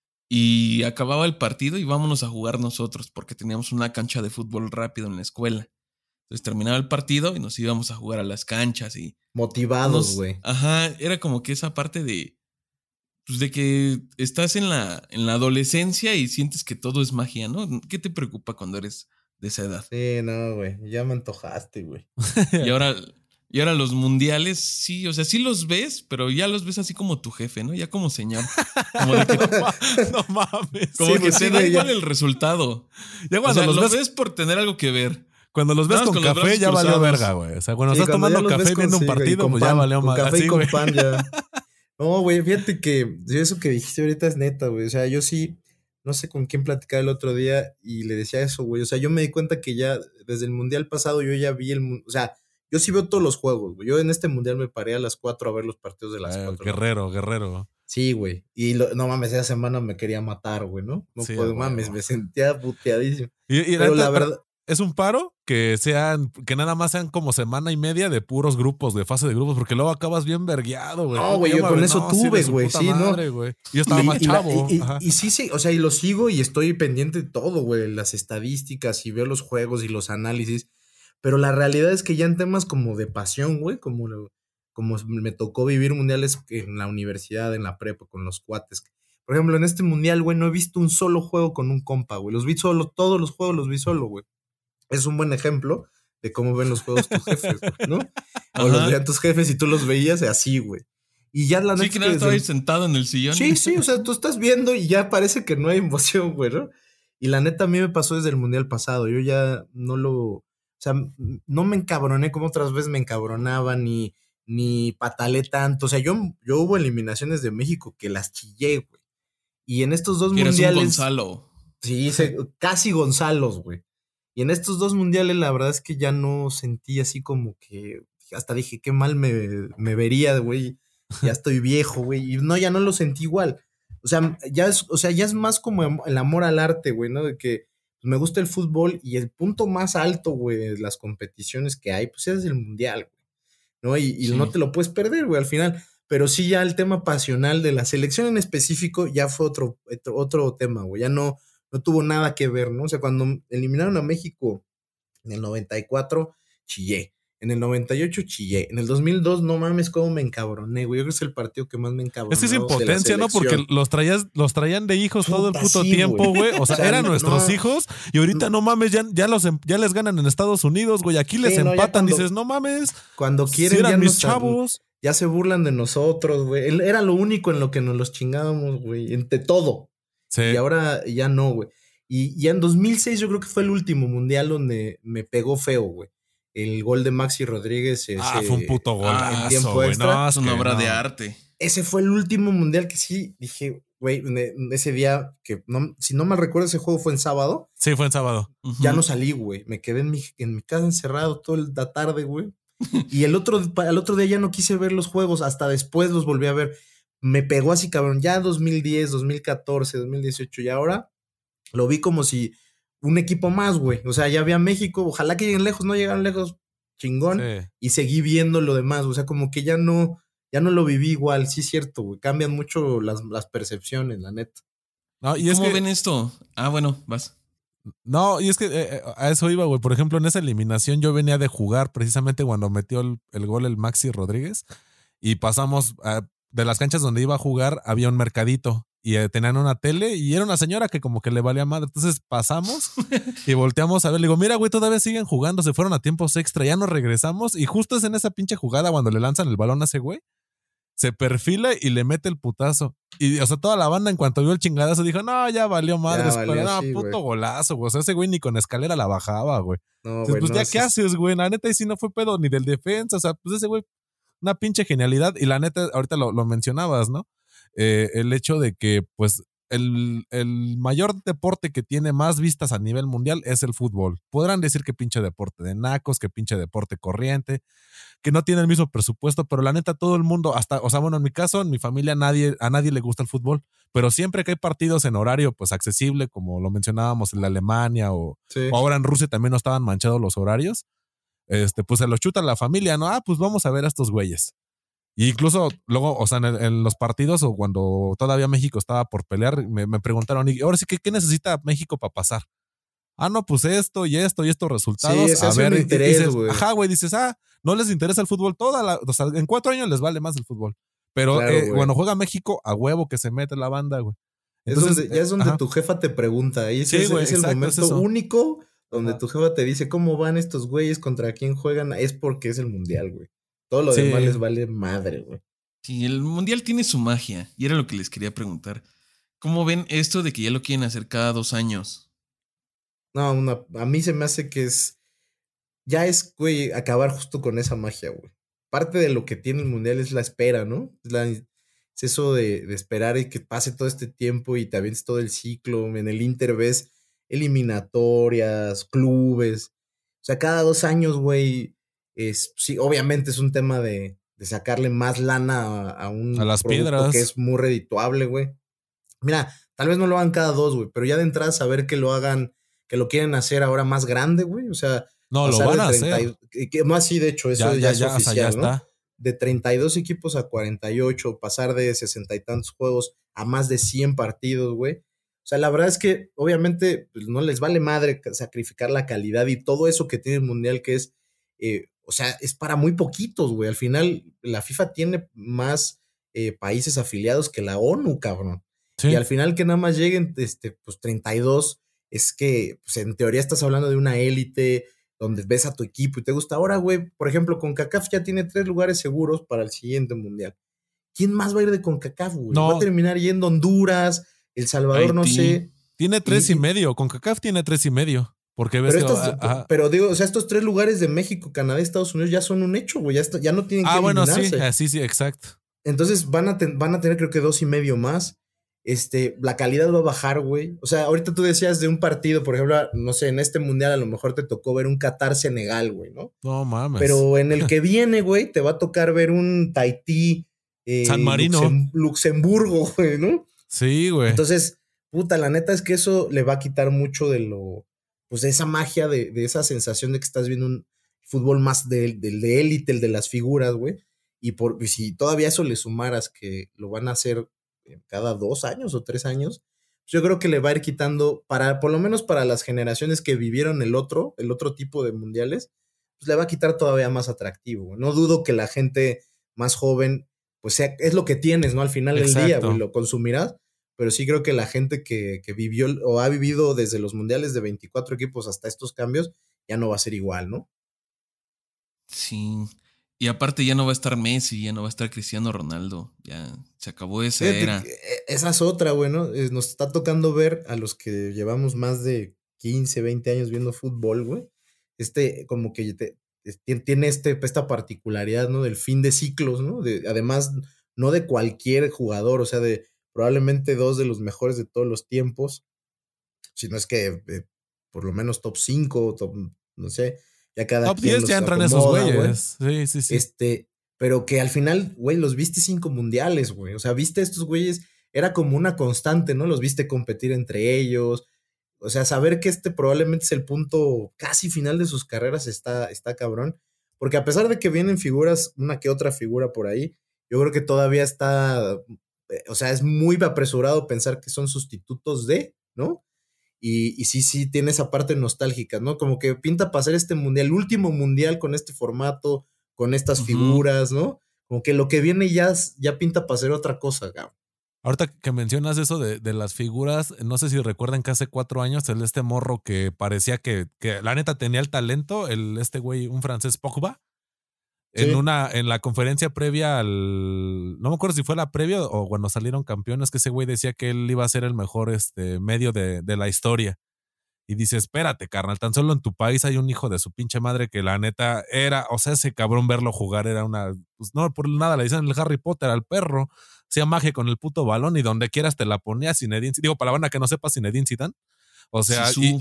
Y acababa el partido y vámonos a jugar nosotros. Porque teníamos una cancha de fútbol rápido en la escuela. Entonces terminaba el partido y nos íbamos a jugar a las canchas y... Motivados, güey. Ajá, era como que esa parte de... Pues de que estás en la adolescencia y sientes que todo es magia, ¿no? ¿Qué te preocupa cuando eres de esa edad? Sí, no, güey. Ya me antojaste, güey. Y ahora los mundiales, sí, o sea, sí los ves, pero ya los ves así como tu jefe, ¿no? Ya como señor. Como de que no mames. Como sí, que pues te da igual el resultado. Ya cuando los ves por tener algo que ver. Cuando los ves con café ya valió verga, güey. O sea, cuando estás tomando café viendo un partido, pues ya valió más. Con café y con pan ya. No, güey, fíjate que eso que dijiste ahorita es neta, güey. O sea, yo sí, no sé con quién platicaba el otro día y le decía eso, güey. O sea, yo me di cuenta que ya desde el mundial pasado yo ya vi o sea, yo sí veo todos los juegos, güey. Yo en este mundial me paré a las 4 a ver los partidos de las 4. Guerrero. Sí, güey. Y no mames, esa semana me quería matar, güey, ¿no? No sí, puedo, mames, me sentía puteadísimo. Y pero la verdad... Es un paro que nada más sean como semana y media de puros grupos, de fase de grupos, porque luego acabas bien vergueado, güey. No, güey, yo con eso tuve, güey, sí, madre, ¿no? Güey. Yo estaba más chavo. Y sí, o sea, y lo sigo y estoy pendiente de todo, güey, las estadísticas y veo los juegos y los análisis, pero la realidad es que ya en temas como de pasión, güey, como me tocó vivir mundiales en la universidad, en la prepa, con los cuates. Por ejemplo, en este mundial, güey, no he visto un solo juego con un compa, güey, los vi solo, todos los juegos los vi solo, güey. Es un buen ejemplo de cómo ven los juegos tus jefes, ¿no? O los veían tus jefes y tú los veías así, güey. Y ya la neta. Sí, que nada, estaba ahí sentado en el sillón. Sí, o sea, tú estás viendo y ya parece que no hay emoción, güey, ¿no? Y la neta a mí me pasó desde el mundial pasado. Yo ya no o sea, no me encabroné como otras veces me encabronaba ni patalé tanto. O sea, yo hubo eliminaciones de México que las chillé, güey. Y en estos dos mundiales. Eres un Gonzalo. Sí, casi Gonzalos, güey. Y en estos dos mundiales la verdad es que ya no sentí así como que hasta dije qué mal me vería, güey. Ya estoy viejo, güey. Y no, ya no lo sentí igual. O sea, ya es más como el amor al arte, güey, ¿no? De que me gusta el fútbol y el punto más alto, güey, de las competiciones que hay, pues es el mundial, güey, ¿no? Y no te lo puedes perder, güey, al final. Pero sí ya el tema pasional de la selección en específico ya fue otro tema, güey. Ya no tuvo nada que ver, ¿no? O sea, cuando eliminaron a México en el 94, chillé. En el 98 chillé. En el 2002, no mames, cómo me encabroné, güey. Yo creo que es el partido que más me encabronó. Es que es impotencia, ¿no? Porque los traían de hijos todo el puto tiempo, güey. O sea, eran nuestros hijos y ahorita no mames, ya les ganan en Estados Unidos, güey. Aquí les empatan, dices, no mames. Cuando quieren, eran mis chavos. Ya se burlan de nosotros, güey. Era lo único en lo que nos los chingábamos, güey. Entre todo. Sí. Y ahora ya no, güey. Y ya en 2006 yo creo que fue el último mundial donde me pegó feo, güey. el gol de Maxi Rodríguez. Fue un puto golazo, en tiempo güey. extra. No, Es una obra de no. arte. Ese fue el último mundial que sí dije, güey, ese día que, si no mal recuerdo, ese juego fue en sábado. Sí, fue en sábado. Ya no salí, güey. Me quedé en mi casa encerrado toda la tarde, güey. Y al otro día ya no quise ver los juegos. Hasta después los volví a ver. Me pegó así, cabrón. Ya 2010, 2014, 2018. Y ahora lo vi como si un equipo más, güey. O sea, ya había México. Ojalá que lleguen lejos. No llegaron lejos. Chingón. Sí. Y seguí viendo lo demás. O sea, como que ya no lo viví igual. Sí, es cierto, güey. Cambian mucho las percepciones, la neta. No, ¿Y cómo ven esto? Bueno, vas. No, y es que a eso iba, güey. Por ejemplo, en esa eliminación yo venía de jugar precisamente cuando metió el gol el Maxi Rodríguez y pasamos de las canchas donde iba a jugar, había un mercadito y tenían una tele y era una señora que como que le valía madre. Entonces pasamos y volteamos a ver. Le digo, mira, güey, todavía siguen jugando, se fueron a tiempos extra, ya nos regresamos y justo es en esa pinche jugada cuando le lanzan el balón a ese güey. Se perfila y le mete el putazo. Y, o sea, toda la banda en cuanto vio el chingadazo dijo, no, ya valió madres. Pero no, sí, puto güey. Golazo, güey. O sea, ese güey ni con escalera la bajaba, güey. No, Entonces, güey, pues no, ya, ¿qué haces, güey? La neta, y si no fue pedo ni del defensa. O sea, pues ese güey, una pinche genialidad. Y la neta, ahorita lo mencionabas, ¿no? El hecho de que, pues, el mayor deporte que tiene más vistas a nivel mundial es el fútbol. Podrán decir que pinche deporte de nacos, que pinche deporte corriente, que no tiene el mismo presupuesto, pero la neta todo el mundo, hasta, o sea, bueno, en mi caso, en mi familia, a nadie le gusta el fútbol, pero siempre que hay partidos en horario, pues accesible, como lo mencionábamos en la Alemania o ahora en Rusia también no estaban manchados los horarios, pues se lo chuta la familia, ¿no? Pues vamos a ver a estos güeyes. Y incluso luego, o sea, en los partidos o cuando todavía México estaba por pelear, me preguntaron, y ahora sí que, ¿qué necesita México para pasar? No, pues esto y estos resultados. Sí, a ver, un interés, güey. Ajá, güey, dices, no les interesa el fútbol o sea, en 4 años les vale más el fútbol. Pero claro, cuando juega México, a huevo que se mete la banda, güey. Entonces, ya es donde tu jefa te pregunta. Y ese es el momento único donde tu jefa te dice cómo van estos güeyes, contra quién juegan. Es porque es el mundial, güey. Todo lo demás les vale madre, güey. Sí, el mundial tiene su magia. Y era lo que les quería preguntar. ¿Cómo ven esto de que ya lo quieren hacer cada 2 años? No, a mí se me hace que ya es, güey, acabar justo con esa magia, güey. Parte de lo que tiene el mundial es la espera, ¿no? Es eso de esperar y que pase todo este tiempo y te avientes todo el ciclo. En el Inter ves eliminatorias, clubes. O sea, cada 2 años, güey, sí, obviamente es un tema de sacarle más lana a un a las producto piedras que es muy redituable, güey. Mira, tal vez no lo hagan cada 2, güey, pero ya de entrada saber que lo hagan, que lo quieren hacer ahora más grande, güey. O sea, no, lo van a hacer. Más sí, de hecho, eso ya es oficial, o sea, ya ¿no? Está. De 32 equipos a 48, pasar de 60 y tantos juegos a más de 100 partidos, güey. O sea, la verdad es que obviamente pues, no les vale madre sacrificar la calidad y todo eso que tiene el Mundial, que es, o sea, es para muy poquitos, güey. Al final, la FIFA tiene más países afiliados que la ONU, cabrón. Sí. Y al final que nada más lleguen, pues 32, es que, pues en teoría estás hablando de una élite donde ves a tu equipo y te gusta. Ahora, güey, por ejemplo, CONCACAF ya tiene 3 lugares seguros para el siguiente mundial. ¿Quién más va a ir de CONCACAF, güey? No. Va a terminar yendo Honduras, El Salvador, Haití. No sé. Tiene 3.5. CONCACAF tiene 3.5. Porque ves pero digo, o sea, estos 3 lugares de México, Canadá y Estados Unidos ya son un hecho, güey. Ya no tienen que eliminarse. Bueno, sí, exacto. Entonces van a tener creo que 2.5 más. La calidad va a bajar, güey. O sea, ahorita tú decías de un partido, por ejemplo, no sé, en este mundial a lo mejor te tocó ver un Qatar-Senegal, güey, ¿no? No mames. Pero en el que viene, güey, te va a tocar ver un Tahití, San Marino, Luxemburgo, güey, ¿no? Sí, güey. Entonces, puta, la neta es que eso le va a quitar mucho de pues de esa magia, de esa sensación de que estás viendo un fútbol más del de élite, el de las figuras, güey. Y si todavía eso le sumaras que lo van a hacer cada 2 años o 3 años, yo creo que le va a ir quitando, por lo menos para las generaciones que vivieron el otro tipo de mundiales, pues le va a quitar todavía más atractivo. No dudo que la gente más joven, pues es lo que tienes, ¿no? Al final del día, güey, lo consumirás, pero sí creo que la gente que vivió o ha vivido desde los mundiales de 24 equipos hasta estos cambios, ya no va a ser igual, ¿no? Sí. Y aparte ya no va a estar Messi, ya no va a estar Cristiano Ronaldo. Ya se acabó esa era. Esa es otra, güey, ¿no? Nos está tocando ver a los que llevamos más de 15, 20 años viendo fútbol, güey. Como que tiene esta particularidad, ¿no? Del fin de ciclos, ¿no? Además, no de cualquier jugador, o sea, de probablemente 2 de los mejores de todos los tiempos, si no es que por lo menos top 5, top, no sé, ya cada Top quien 10 los ya entran esos acomoda, güey. güeyes. Sí. Pero que al final, güey, los viste 5 mundiales, güey. O sea, viste a estos güeyes, era como una constante, ¿no? Los viste competir entre ellos. O sea, saber que probablemente es el punto casi final de sus carreras está cabrón. Porque a pesar de que vienen figuras, una que otra figura por ahí, yo creo que todavía está, o sea, es muy apresurado pensar que son sustitutos de, ¿no? Y sí, tiene esa parte nostálgica, ¿no? Como que pinta para hacer este mundial, el último mundial con este formato, con estas figuras, ¿no? Como que lo que viene ya pinta para hacer otra cosa, cabrón. Ahorita que mencionas eso de las figuras, no sé si recuerdan que hace 4 años este morro que parecía que la neta tenía el talento, este güey, un francés Pogba, Sí. en la conferencia previa no me acuerdo si fue la previa o cuando salieron campeones, que ese güey decía que él iba a ser el mejor medio de la historia. Y dice, espérate, carnal, tan solo en tu país hay un hijo de su pinche madre que la neta era, o sea, ese cabrón verlo jugar era pues no, por nada le dicen el Harry Potter al perro, hacía magia con el puto balón y donde quieras te la ponía Zinedine, digo, para la banda que no sepa, Zinedine Zidane, o sea, y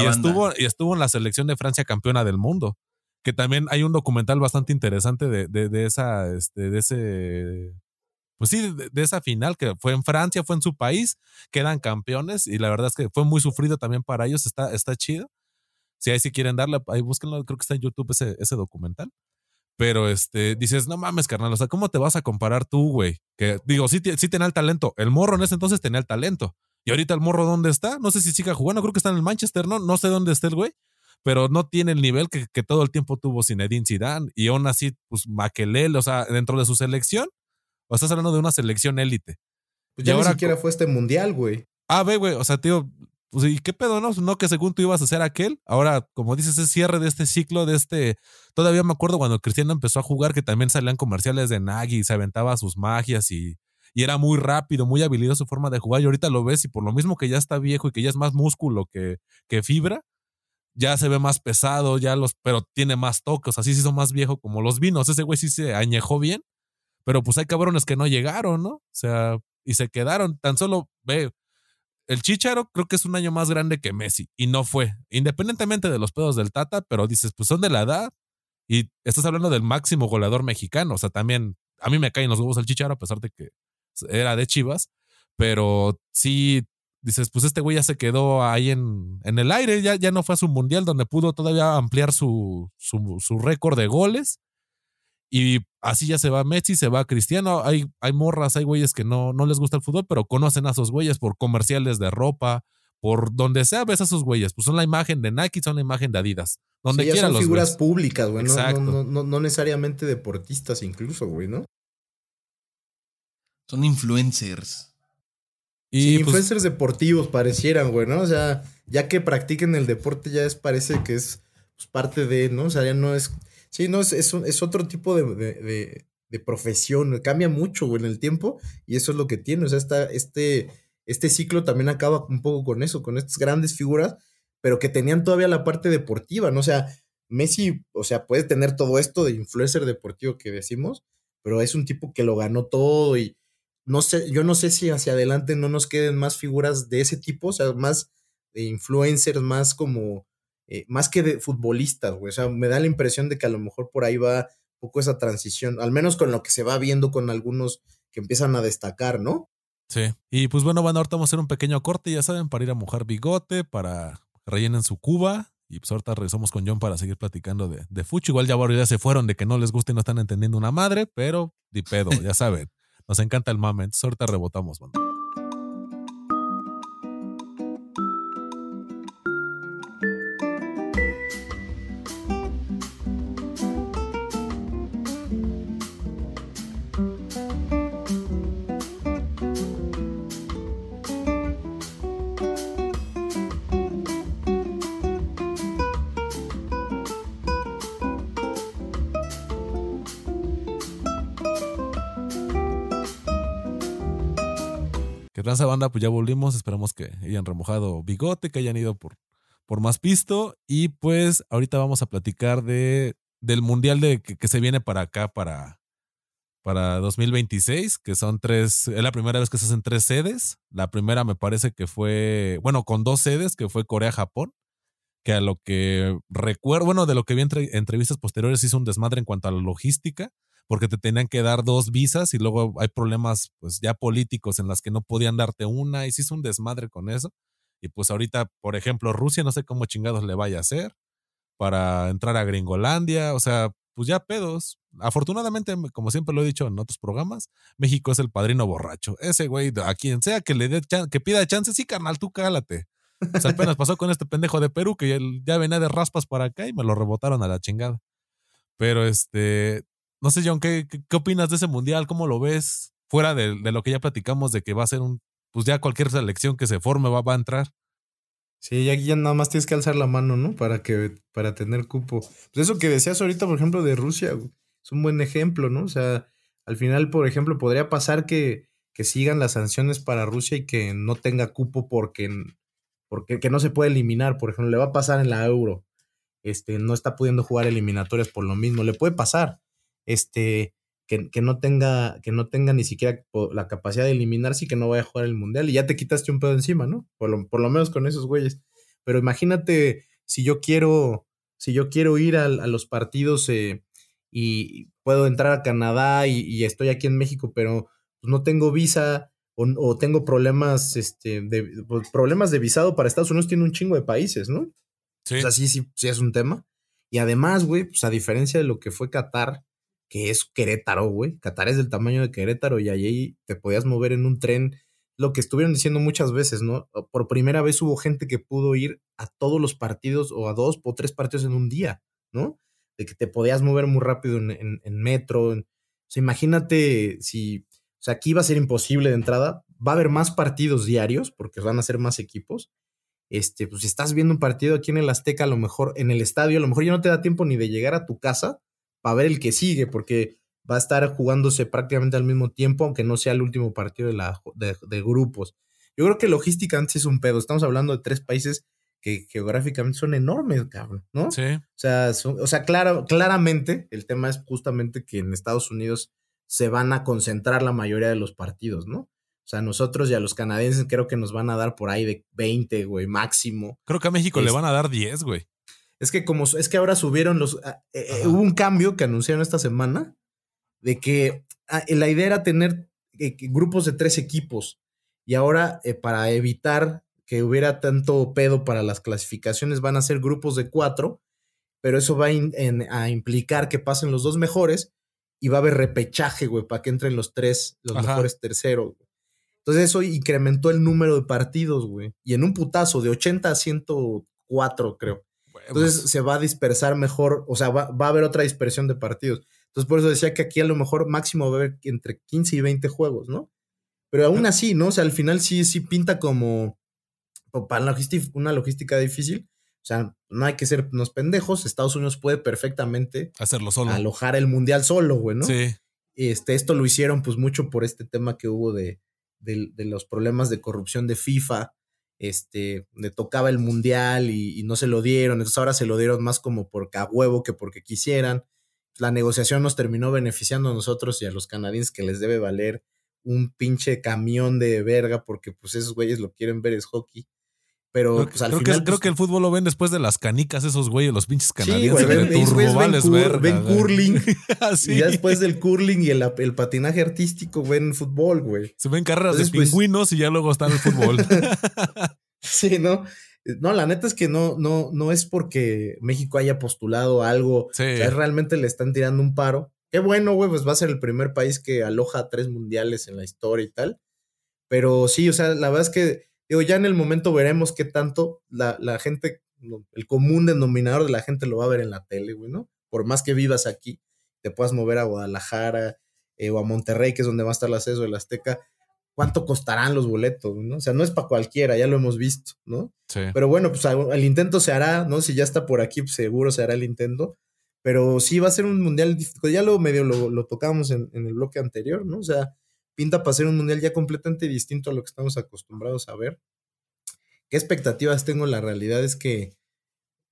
estuvo en la selección de Francia campeona del mundo, que también hay un documental bastante interesante de esa, de ese, pues sí, de esa final que fue en Francia, fue en su país, quedan campeones y la verdad es que fue muy sufrido también para ellos, está chido. Si ahí sí quieren darle, ahí búsquenlo, creo que está en YouTube ese documental. Pero dices, no mames, carnal, o sea, ¿cómo te vas a comparar tú, güey? Que digo, sí tenía el talento. El morro en ese entonces tenía el talento. Y ahorita el morro, ¿dónde está? No sé si siga jugando, creo que está en el Manchester, ¿no? No sé dónde está el güey, pero no tiene el nivel que todo el tiempo tuvo Zinedine Zidane. Y aún así, pues Makelele, o sea, dentro de su selección, o estás hablando de una selección élite. Pues ya ni siquiera fue este mundial, güey. Ve, güey, o sea, tío, pues, ¿y qué pedo, no? No que según tú ibas a hacer aquel. Ahora, como dices, es cierre de este ciclo, Todavía me acuerdo cuando Cristiano empezó a jugar que también salían comerciales de Nagy, se aventaba sus magias y era muy rápido, muy habilidoso su forma de jugar. Y ahorita lo ves y por lo mismo que ya está viejo y que ya es más músculo que fibra, ya se ve más pesado, pero tiene más toques, así se hizo más viejo como los vinos. Ese güey sí se añejó bien, pero pues hay cabrones que no llegaron, ¿no? O sea, y se quedaron. Tan solo, ve, el Chícharo creo que es un año más grande que Messi y no fue, independientemente de los pedos del Tata, pero dices, pues son de la edad y estás hablando del máximo goleador mexicano. O sea, también a mí me caen los huevos el Chícharo a pesar de que era de Chivas, pero sí dices, pues este güey ya se quedó ahí en el aire, ya no fue a su mundial donde pudo todavía ampliar su récord de goles. Y así ya se va Messi, se va Cristiano. Hay morras, hay güeyes que no les gusta el fútbol, pero conocen a esos güeyes por comerciales de ropa, por donde sea ves a esos güeyes. Pues son la imagen de Nike, son la imagen de Adidas. Donde ya quiera son los figuras ves. públicas, güey. Exacto. No necesariamente deportistas incluso, güey, ¿no? Son influencers. Y sí, pues, influencers deportivos parecieran, güey, ¿no? O sea, ya que practiquen el deporte ya parece que es pues, parte de, ¿no? O sea, ya no es... Sí, no, es otro tipo de profesión, cambia mucho, güey, en el tiempo y eso es lo que tiene, o sea, este ciclo también acaba un poco con eso, con estas grandes figuras, pero que tenían todavía la parte deportiva, ¿no? O sea, Messi, o sea, puede tener todo esto de influencer deportivo que decimos, pero es un tipo que lo ganó todo y no sé, yo no sé si hacia adelante no nos queden más figuras de ese tipo, o sea, más de influencers, más como más que de futbolistas, güey. O sea, me da la impresión de que a lo mejor por ahí va un poco esa transición, al menos con lo que se va viendo con algunos que empiezan a destacar, ¿no? Sí. Y pues bueno, ahorita vamos a hacer un pequeño corte, ya saben, para ir a mojar bigote, para que rellenen su cuba. Y pues ahorita regresamos con John para seguir platicando de fucho. Igual ya se fueron de que no les gusta y no están entendiendo una madre, pero di pedo, ya saben. Nos encanta el mame, entonces ahorita rebotamos, mano. Que tranza banda, pues ya volvimos, esperamos que hayan remojado bigote, que hayan ido por más pisto y pues ahorita vamos a platicar de del mundial que se viene para acá, para 2026, que son 3, es la primera vez que se hacen 3 sedes. La primera me parece que fue, bueno, con 2 sedes, que fue Corea-Japón, que a lo que recuerdo, bueno, de lo que vi entre entrevistas posteriores, hizo un desmadre en cuanto a la logística, porque te tenían que dar 2 visas y luego hay problemas pues ya políticos en las que no podían darte una y se hizo un desmadre con eso. Y pues ahorita, por ejemplo, Rusia, no sé cómo chingados le vaya a hacer para entrar a Gringolandia, o sea, pues ya pedos. Afortunadamente, como siempre lo he dicho en otros programas, México es el padrino borracho. Ese güey, a quien sea que le dé que pida chance, sí, carnal, tú cálate. O sea, apenas pasó con este pendejo de Perú que ya venía de raspas para acá y me lo rebotaron a la chingada. Pero no sé, John, ¿qué opinas de ese mundial? ¿Cómo lo ves? Fuera de lo que ya platicamos de que va a ser pues ya cualquier selección que se forme va a entrar. Sí, ya nada más tienes que alzar la mano, ¿no? Para tener cupo. Pues eso que decías ahorita, por ejemplo, de Rusia, güey, es un buen ejemplo, ¿no? O sea, al final, por ejemplo, podría pasar que sigan las sanciones para Rusia y que no tenga cupo porque que no se puede eliminar. Por ejemplo, le va a pasar en la Euro. No está pudiendo jugar eliminatorias por lo mismo. Le puede pasar. Que no tenga ni siquiera la capacidad de eliminarse y que no vaya a jugar el mundial y ya te quitaste un pedo encima, ¿no? Por lo menos con esos güeyes. Pero imagínate si yo quiero ir a los partidos y puedo entrar a Canadá y estoy aquí en México, pero pues, no tengo visa o tengo problemas, problemas de visado para Estados Unidos, tiene un chingo de países, ¿no? Sí. O sea, sí es un tema. Y además, güey, pues a diferencia de lo que fue Qatar, que es Querétaro, güey. Qatar es del tamaño de Querétaro y allí te podías mover en un tren. Lo que estuvieron diciendo muchas veces, ¿no? Por primera vez hubo gente que pudo ir a todos los partidos o a 2 o 3 partidos en un día, ¿no? De que te podías mover muy rápido en metro. O sea, imagínate si. O sea, aquí va a ser imposible de entrada. Va a haber más partidos diarios porque van a ser más equipos. Pues si estás viendo un partido aquí en el Azteca, a lo mejor en el estadio, a lo mejor ya no te da tiempo ni de llegar a tu casa para ver el que sigue, porque va a estar jugándose prácticamente al mismo tiempo, aunque no sea el último partido de grupos. Yo creo que logísticamente es un pedo. Estamos hablando de 3 países que geográficamente son enormes, cabrón, ¿no? Sí. O sea, claramente el tema es justamente que en Estados Unidos se van a concentrar la mayoría de los partidos, ¿no? O sea, nosotros y a los canadienses creo que nos van a dar por ahí de 20, güey, máximo. Creo que a México le van a dar 10, güey. Es que ahora subieron hubo un cambio que anunciaron esta semana de que la idea era tener grupos de 3 equipos y ahora para evitar que hubiera tanto pedo para las clasificaciones van a ser grupos de 4, pero eso va a implicar que pasen los 2 mejores y va a haber repechaje, güey, para que entren los mejores terceros, güey. Entonces eso incrementó el número de partidos, güey. Y en un putazo de 80 a 104, creo. Entonces se va a dispersar mejor, o sea, va a haber otra dispersión de partidos. Entonces por eso decía que aquí a lo mejor máximo va a haber entre 15 y 20 juegos, ¿no? Pero aún así, ¿no? O sea, al final sí pinta como para una logística difícil. O sea, no hay que ser unos pendejos. Estados Unidos puede perfectamente hacerlo solo, alojar el mundial solo, güey, ¿no? Sí. Esto lo hicieron pues mucho por este tema que hubo de los problemas de corrupción de FIFA, le tocaba el mundial y no se lo dieron, entonces ahora se lo dieron más como por a huevo que porque quisieran. La negociación nos terminó beneficiando a nosotros y a los canadienses, que les debe valer un pinche camión de verga porque pues esos güeyes lo quieren ver es hockey. Pero pues al final. Creo que el fútbol lo ven después de las canicas, esos güeyes, los pinches canadienses. Sí, güey, ven curling. Sí. Y ya después del curling y el patinaje artístico ven fútbol, güey. Se ven carreras de pingüinos y ya luego están el fútbol. Sí, ¿no? No, la neta es que no es porque México haya postulado algo. Sí. O sea, realmente le están tirando un paro. Qué bueno, güey, pues va a ser el primer país que aloja 3 mundiales en la historia y tal. Pero sí, o sea, la verdad es que digo, ya en el momento veremos qué tanto la gente, el común denominador de la gente lo va a ver en la tele, güey, ¿no? Por más que vivas aquí, te puedas mover a Guadalajara o a Monterrey, que es donde va a estar la sede del Azteca, ¿cuánto costarán los boletos, no? O sea, no es para cualquiera, ya lo hemos visto, ¿no? Sí. Pero bueno, pues el intento se hará, ¿no? Si ya está por aquí, pues seguro se hará el intento. Pero sí va a ser un mundial, ya lo tocamos en el bloque anterior, ¿no? O sea, pinta para ser un mundial ya completamente distinto a lo que estamos acostumbrados a ver. ¿Qué expectativas tengo? La realidad es que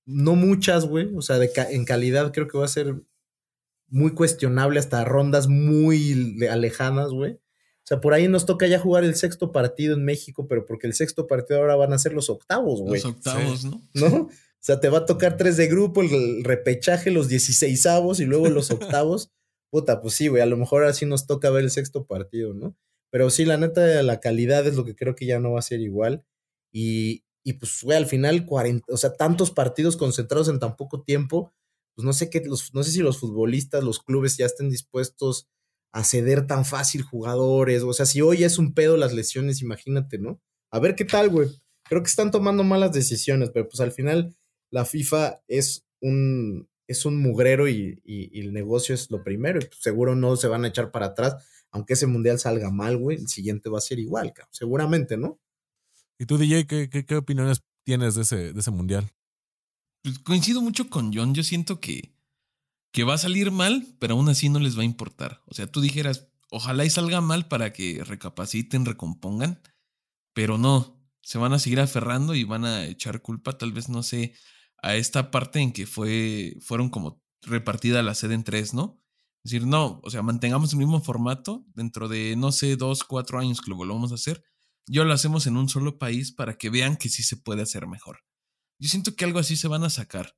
no muchas, güey. O sea, en calidad creo que va a ser muy cuestionable hasta rondas muy alejanas, güey. O sea, por ahí nos toca ya jugar el sexto partido en México, pero porque el sexto partido ahora van a ser los octavos, güey. Los octavos, Sí. ¿no? ¿No? O sea, te va a tocar 3 de grupo, el repechaje, los 16avos y luego los octavos. Puta, pues sí, güey, a lo mejor así nos toca ver el sexto partido, ¿no? Pero sí, la neta, la calidad es lo que creo que ya no va a ser igual. Y pues, güey, al final, 40, o sea, tantos partidos concentrados en tan poco tiempo, pues no sé no sé si los futbolistas, los clubes ya estén dispuestos a ceder tan fácil jugadores. O sea, si hoy es un pedo las lesiones, imagínate, ¿no? A ver qué tal, güey. Creo que están tomando malas decisiones, pero pues al final la FIFA es un mugrero y el negocio es lo primero. Y pues seguro no se van a echar para atrás. Aunque ese mundial salga mal, güey, el siguiente va a ser igual, cabrón. Seguramente, ¿no? ¿Y tú, DJ, qué opiniones tienes de ese mundial? Pues coincido mucho con John. Yo siento que va a salir mal, pero aún así no les va a importar. O sea, tú dijeras, ojalá y salga mal para que recapaciten, recompongan, pero no, se van a seguir aferrando y van a echar culpa, tal vez, no sé, a esta parte en que fueron como repartida la sede en 3, ¿no? Es decir, no, o sea, mantengamos el mismo formato dentro de, no sé, 2, 4 años que lo volvamos a hacer. Yo lo hacemos en un solo país para que vean que sí se puede hacer mejor. Yo siento que algo así se van a sacar.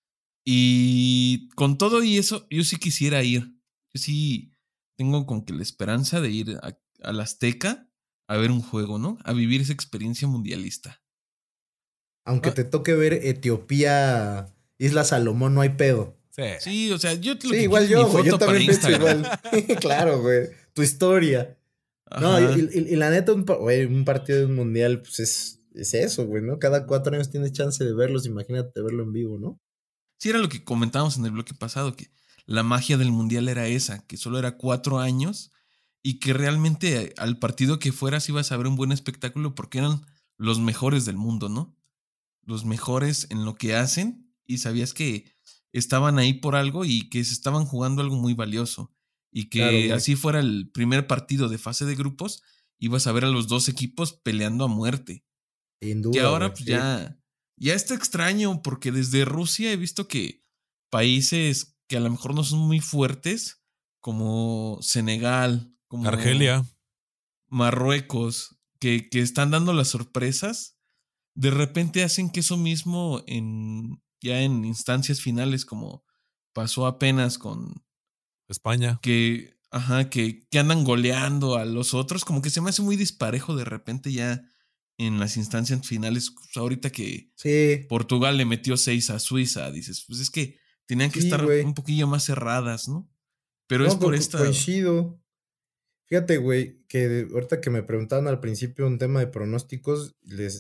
Y con todo y eso, yo sí quisiera ir. Yo sí tengo como que la esperanza de ir a la Azteca a ver un juego, ¿no? A vivir esa experiencia mundialista. Aunque Ah, te toque ver Etiopía, Isla Salomón, no hay pedo. sí. Sí, o sea, yo lo Sí, que igual quiero es yo, mi güey. Yo foto para también pienso Instagram. igual. Claro, güey. Tu historia. No, Ajá. y la neta, güey, un partido de un mundial, pues es eso, güey, ¿no? Cada 4 años tienes chance de verlos, imagínate verlo en vivo, ¿no? Sí, era lo que comentábamos en el bloque pasado, que la magia del mundial era esa, que solo era 4 años y que realmente al partido que fueras ibas a ver un buen espectáculo porque eran los mejores del mundo, ¿no? Los mejores en lo que hacen y sabías que estaban ahí por algo y que se estaban jugando algo muy valioso y Claro, que güey. así fuera el primer partido de fase de grupos, ibas a ver a los dos equipos peleando a muerte. Sin Y duda, ahora güey. pues Sí. ya está extraño porque desde Rusia he visto que países que a lo mejor no son muy fuertes, como Senegal, como Argelia. Marruecos, que están dando las sorpresas, de repente hacen que eso mismo ya en instancias finales, como pasó apenas con España. que andan goleando a los otros, como que se me hace muy disparejo de repente ya en las instancias finales. Pues ahorita que Sí, Portugal le metió 6 a Suiza, dices, pues es que tenían que sí, estar un güey. poquito más cerradas, ¿no? Pero es No, por esta. coincido. Fíjate, güey, que ahorita que me preguntaban al principio un tema de pronósticos,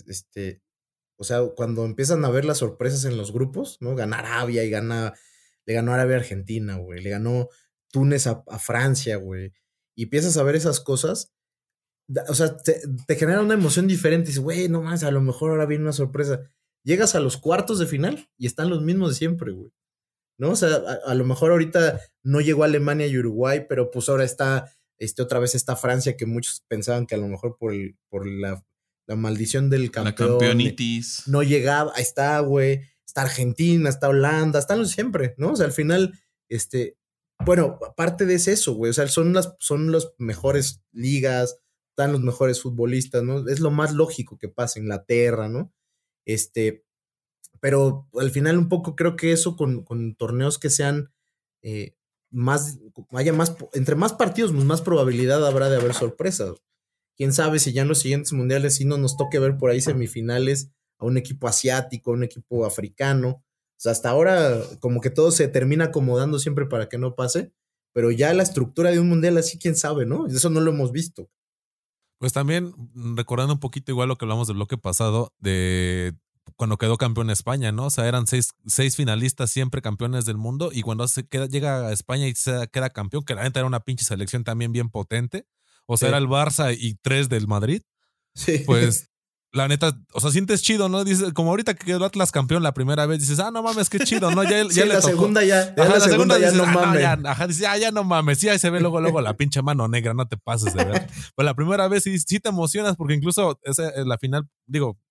o sea, cuando empiezan a ver las sorpresas en los grupos, ¿no? Gana Arabia le ganó Arabia a Argentina, güey, le ganó Túnez a Francia, güey, y empiezas a ver esas cosas, o sea, te genera una emoción diferente, dices, güey, no más, a lo mejor ahora viene una sorpresa. Llegas a los cuartos de final y están los mismos de siempre, güey, ¿no? O sea, a lo mejor ahorita no llegó Alemania y Uruguay, pero pues ahora está, otra vez está Francia, que muchos pensaban que a lo mejor por la maldición del La campeón campeonitis. no llegaba, ahí está, güey, está Argentina, está Holanda, están los siempre, ¿no? O sea, al final, bueno, aparte de eso, güey, o sea, son las mejores ligas, están los mejores futbolistas, ¿no? Es lo más lógico que pasa, Inglaterra, ¿no? Este, pero al final un poco creo que eso con torneos que sean más, entre más partidos, pues más probabilidad habrá de haber sorpresas. Quién sabe si ya en los siguientes mundiales sí no nos toque ver por ahí semifinales a un equipo asiático, a un equipo africano. O sea, hasta ahora como que todo se termina acomodando siempre para que no pase, pero ya la estructura de un mundial así, quién sabe, ¿no? Eso no lo hemos visto. Pues también recordando un poquito igual lo que hablamos del bloque pasado de cuando quedó campeón España, ¿no? O sea, eran seis finalistas siempre campeones del mundo y cuando llega a España y se queda campeón, que la neta era una pinche selección también bien potente, o sea, Sí. era el Barça y 3 del Madrid, Sí. pues la neta, o sea, sientes chido, ¿no? Dices, como ahorita que quedó Atlas campeón la primera vez, dices, no mames, qué chido, ¿no? Ya, Sí, ya le la tocó. segunda ya, Ajá, la segunda ya dices, no mames. ya, dices, ya no mames, sí, ahí se ve luego la pinche mano negra, no te pases de ver. Pues la primera vez sí te emocionas porque incluso la final, digo,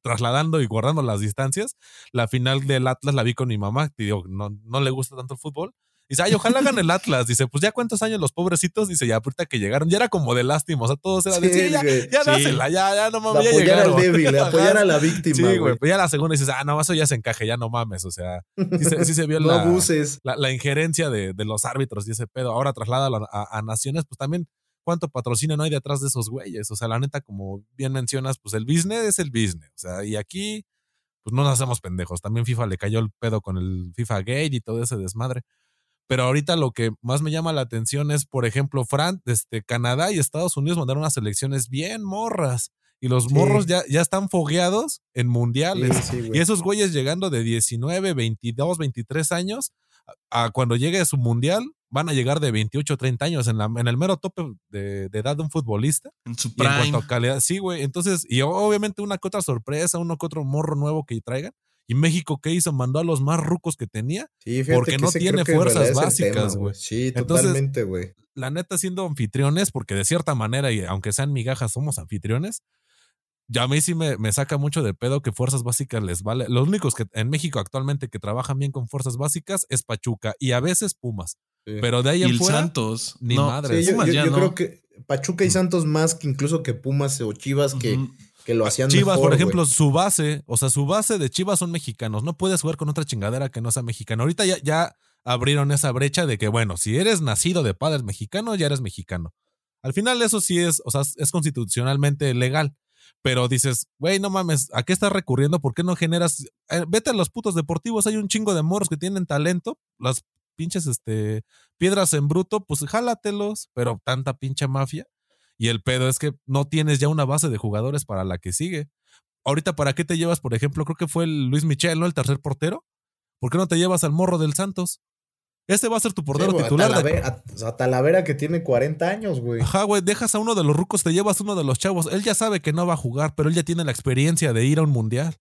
trasladando y guardando las distancias, la final del Atlas la vi con mi mamá, y digo, no le gusta tanto el fútbol. Dice, ay, ojalá hagan el Atlas. Dice, pues ya cuántos años los pobrecitos. Dice, ya ahorita que llegaron, ya era como de lástima. O sea, todos era de, sí, ya dásela, ya no mames, ya llegaron. Apoyar al débil, apoyar a la víctima. Sí, güey. Pues ya la segunda dices, no, eso ya se encaje, ya no mames. O sea, sí se vio no abuses. La injerencia de los árbitros y ese pedo. Ahora traslada a naciones, pues también cuánto patrocinio no hay detrás de esos güeyes. O sea, la neta, como bien mencionas, pues el business es el business. O sea, y aquí, pues no nos hacemos pendejos. También FIFA le cayó el pedo con el FIFA Gate y todo ese desmadre. Pero ahorita lo que más me llama la atención es, por ejemplo, Canadá y Estados Unidos mandaron unas selecciones bien morras. Y los morros ya están fogueados en mundiales. Sí, y esos güeyes llegando de 19, 22, 23 años, a cuando llegue su mundial, van a llegar de 28, 30 años en el mero tope de edad de un futbolista. En su prime. Y en cuanto a calidad, sí, güey. Entonces, y obviamente una que otra sorpresa, uno que otro morro nuevo que traigan. ¿Y México qué hizo? Mandó a los más rucos que tenía. Sí, porque no tiene fuerzas básicas, güey. Sí, totalmente, güey. La neta, siendo anfitriones, porque de cierta manera, y aunque sean migajas, somos anfitriones, ya a mí sí me saca mucho de pedo que fuerzas básicas les vale. Los únicos que en México actualmente que trabajan bien con fuerzas básicas es Pachuca y a veces Pumas. Sí. Pero de ahí en fuera, Santos. Ni madre. Sí, yo creo que Pachuca y Santos más que incluso que Pumas o Chivas que lo hacían Chivas, mejor, por ejemplo, güey. su base de Chivas son mexicanos. No puedes jugar con otra chingadera que no sea mexicana. Ahorita ya abrieron esa brecha de que, bueno, si eres nacido de padres mexicanos, ya eres mexicano. Al final eso sí es, o sea, es constitucionalmente legal. Pero dices, güey, no mames, ¿a qué estás recurriendo? ¿Por qué no generas? Vete a los putos deportivos, hay un chingo de morros que tienen talento. Las pinches piedras en bruto, pues jálatelos, pero tanta pinche mafia. Y el pedo es que no tienes ya una base de jugadores para la que sigue. Ahorita, ¿para qué te llevas, por ejemplo? Creo que fue el Luis Michel, ¿no? El tercer portero. ¿Por qué no te llevas al morro del Santos? Este va a ser tu portero titular. A Talavera que tiene 40 años, güey. Ajá, güey, dejas a uno de los rucos, te llevas a uno de los chavos. Él ya sabe que no va a jugar, pero él ya tiene la experiencia de ir a un mundial.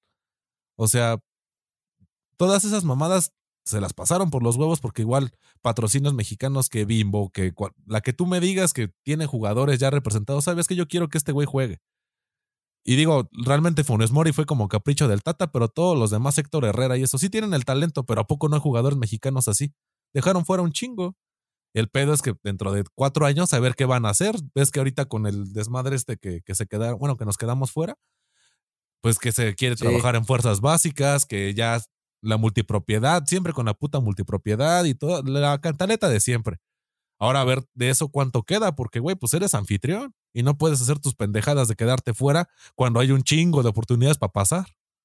O sea, todas esas mamadas se las pasaron por los huevos porque igual patrocinios mexicanos que Bimbo, que la que tú me digas que tiene jugadores ya representados, sabes que yo quiero que este güey juegue. Y digo, realmente Funes Mori fue como capricho del Tata, pero todos los demás, Héctor Herrera y eso, sí tienen el talento, pero ¿a poco no hay jugadores mexicanos así? Dejaron fuera un chingo. El pedo es que dentro de 4 años a ver qué van a hacer. Ves que ahorita con el desmadre que se quedaron, bueno, que nos quedamos fuera, pues que se quiere trabajar en fuerzas básicas, que ya la multipropiedad, siempre con la puta multipropiedad y toda la cantaleta de siempre. Ahora a ver de eso cuánto queda, porque güey, pues eres anfitrión y no puedes hacer tus pendejadas de quedarte fuera cuando hay un chingo de oportunidades para pasar.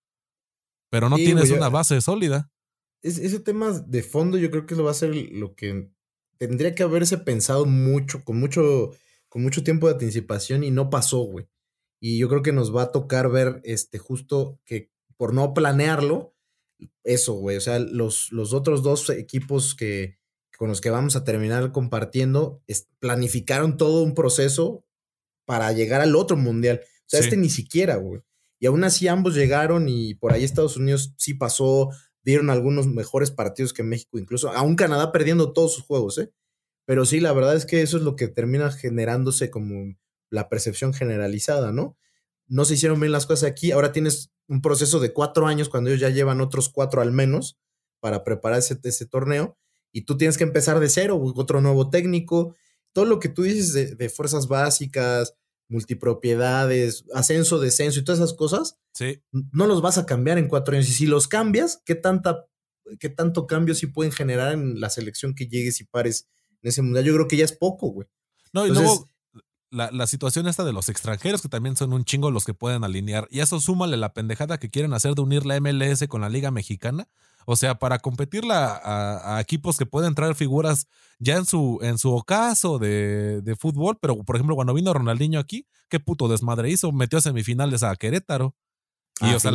Pero no tienes una base sólida. Ese tema de fondo yo creo que lo va a ser lo que tendría que haberse pensado con mucho tiempo de anticipación y no pasó, güey. Y yo creo que nos va a tocar ver justo que por no planearlo, eso, güey. O sea, los otros dos equipos con los que vamos a terminar compartiendo planificaron todo un proceso para llegar al otro mundial. O sea, ni siquiera, güey. Y aún así ambos llegaron y por ahí Estados Unidos sí pasó, dieron algunos mejores partidos que México, incluso aún Canadá perdiendo todos sus juegos, ¿eh? Pero sí, la verdad es que eso es lo que termina generándose como la percepción generalizada, ¿no? No se hicieron bien las cosas aquí, ahora tienes un proceso de 4 años cuando ellos ya llevan otros 4 al menos para preparar ese torneo y tú tienes que empezar de cero, otro nuevo técnico, todo lo que tú dices de fuerzas básicas, multipropiedades, ascenso, descenso y todas esas cosas, no los vas a cambiar en 4 años. Y si los cambias, ¿qué tanto cambio sí pueden generar en la selección que llegues y pares en ese mundial? Yo creo que ya es poco, güey. No, y luego la situación esta de los extranjeros, que también son un chingo los que pueden alinear. Y eso súmale la pendejada que quieren hacer de unir la MLS con la Liga Mexicana. O sea, para competirla a equipos que pueden traer figuras ya en su ocaso de fútbol, pero por ejemplo, cuando vino Ronaldinho aquí, qué puto desmadre hizo, metió a semifinales a Querétaro. Y o sea,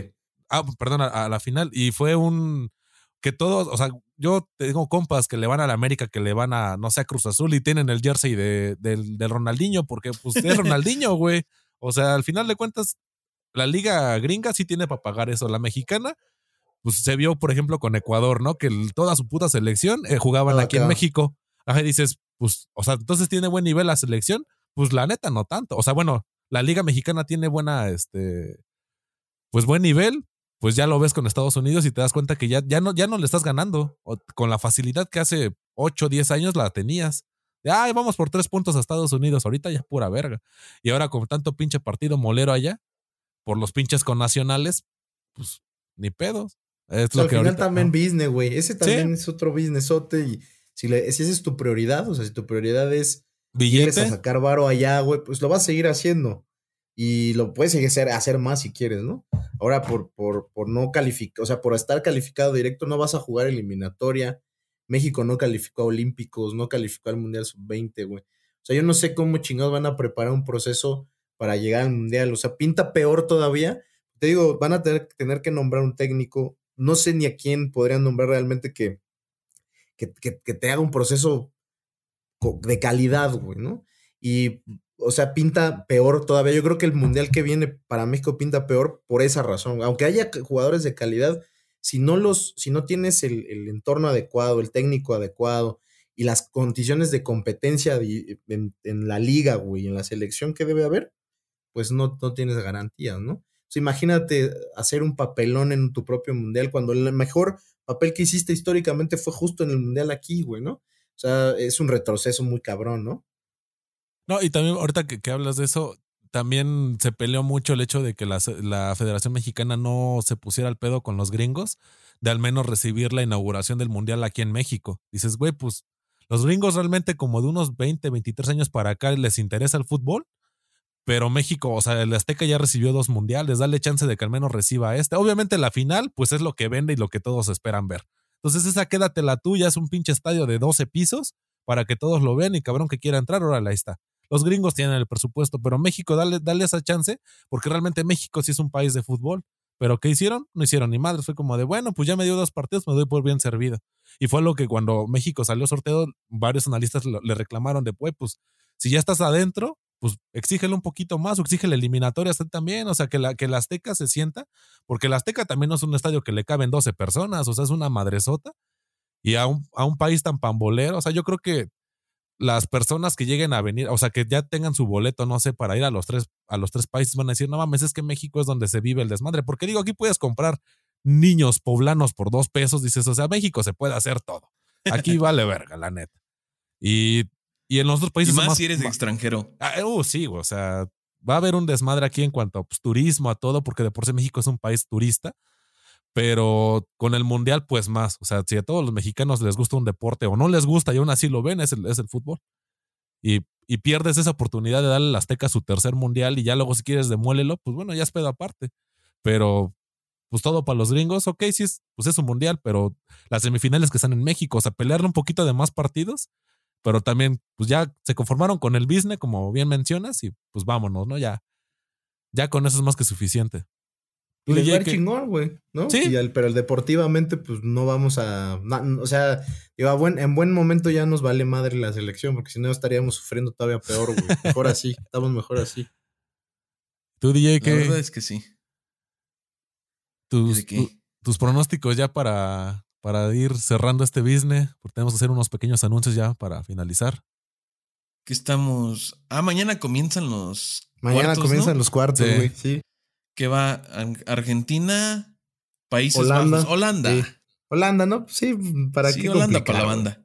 a la final. Y fue que todos, o sea, yo tengo compas que le van a la América, que le van a, no sé, a Cruz Azul y tienen el jersey del Ronaldinho, porque pues es Ronaldinho, güey. O sea, al final de cuentas, la liga gringa sí tiene para pagar eso. La mexicana, pues se vio, por ejemplo, con Ecuador, ¿no? Que toda su puta selección jugaban aquí en México. Ajá, y dices, pues, o sea, entonces tiene buen nivel la selección. Pues la neta, no tanto. O sea, bueno, la Liga Mexicana tiene buena, pues buen nivel, pues ya lo ves con Estados Unidos y te das cuenta que ya no le estás ganando. Con la facilidad que hace 8 o 10 años la tenías. Ay, vamos por 3 puntos a Estados Unidos. Ahorita ya pura verga. Y ahora con tanto pinche partido molero allá, por los pinches connacionales, pues ni pedos. Es O sea, lo al que final ahorita. también business, güey. Ese también Sí, es otro businessote. Y si esa es tu prioridad, o sea, si tu prioridad es irles a billete. sacar varo allá, güey, pues lo vas a seguir haciendo. Y lo puedes seguir hacer más si quieres, ¿no? Ahora, por no calificar, o sea, por estar calificado directo, no vas a jugar eliminatoria. México no calificó a Olímpicos, no calificó al Mundial Sub-20, güey. O sea, yo no sé cómo chingados van a preparar un proceso para llegar al Mundial. O sea, pinta peor todavía. Te digo, van a tener que nombrar un técnico. No sé ni a quién podrían nombrar realmente que te haga un proceso de calidad, güey, ¿no? Y, o sea, pinta peor todavía. Yo creo que el mundial que viene para México pinta peor por esa razón. Aunque haya jugadores de calidad, si no tienes el entorno adecuado, el técnico adecuado y las condiciones de competencia en la liga, güey, en la selección que debe haber, pues no tienes garantías, ¿no? O sea, imagínate hacer un papelón en tu propio mundial cuando el mejor papel que hiciste históricamente fue justo en el mundial aquí, güey, ¿no? O sea, es un retroceso muy cabrón, ¿no? No, y también ahorita que hablas de eso, también se peleó mucho el hecho de que la Federación Mexicana no se pusiera al pedo con los gringos, de al menos recibir la inauguración del Mundial aquí en México. Dices, güey, pues los gringos realmente como de unos 20, 23 años para acá les interesa el fútbol, pero México, o sea, el Azteca ya recibió 2 mundiales, dale chance de que al menos reciba este. Obviamente la final, pues es lo que vende y lo que todos esperan ver. Entonces esa quédatela tuya, es un pinche estadio de 12 pisos para que todos lo vean y cabrón que quiera entrar, órale, ahí está. Los gringos tienen el presupuesto, pero México, dale esa chance, porque realmente México sí es un país de fútbol. Pero ¿qué hicieron? No hicieron ni madres. Fue como de, bueno, pues ya me dio 2 partidos, me doy por bien servido. Y fue lo que cuando México salió sorteado, varios analistas le reclamaron de, pues, si ya estás adentro, pues exígele un poquito más o exígele eliminatorias también, o sea, que la Azteca se sienta, porque la Azteca también no es un estadio que le caben 12 personas, o sea, es una madresota, y a un país tan pambolero, o sea, yo creo que las personas que lleguen a venir, o sea, que ya tengan su boleto, no sé, para ir a los 3 países, van a decir, no mames, es que México es donde se vive el desmadre, porque digo, aquí puedes comprar niños poblanos por 2 pesos, dices, o sea, México se puede hacer todo, aquí vale verga, la neta. Y, y en los otros Y países son más más. si eres extranjero. Sí, o sea, va a haber un desmadre aquí en cuanto a pues, turismo, a todo, porque de por sí México es un país turista, pero con el mundial, pues más. O sea, si a todos los mexicanos les gusta un deporte o no les gusta y aún así lo ven, es el fútbol. Y pierdes esa oportunidad de darle al Azteca su tercer mundial y ya luego, si quieres, demuélelo, pues bueno, ya es pedo aparte. Pero pues todo para los gringos, ok, sí, pues es un mundial, pero las semifinales que están en México, o sea, pelearle un poquito de más partidos, pero también, pues ya se conformaron con el business, como bien mencionas, y pues vámonos, ¿no? Ya con eso es más que suficiente. Y Tú, les va a DJ, ir que chingón, güey, ¿no? sí, Pero el deportivamente, pues no vamos o sea, digo, en buen momento ya nos vale madre la selección, porque si no estaríamos sufriendo todavía peor, güey. Mejor así, estamos mejor así. tú, DJ, La verdad que es que sí. ¿Y de tus, qué? tus pronósticos ya para ir cerrando este business, porque tenemos que hacer unos pequeños anuncios ya para finalizar. ¿Qué estamos? Mañana comienzan los Mañana cuartos, comienzan ¿no? los cuartos, Sí. güey, sí. Que va Argentina, Países Holanda. Bajos, Holanda. Sí. Holanda, ¿no? Sí, ¿para Sí, qué Holanda para la complicar, güey? banda.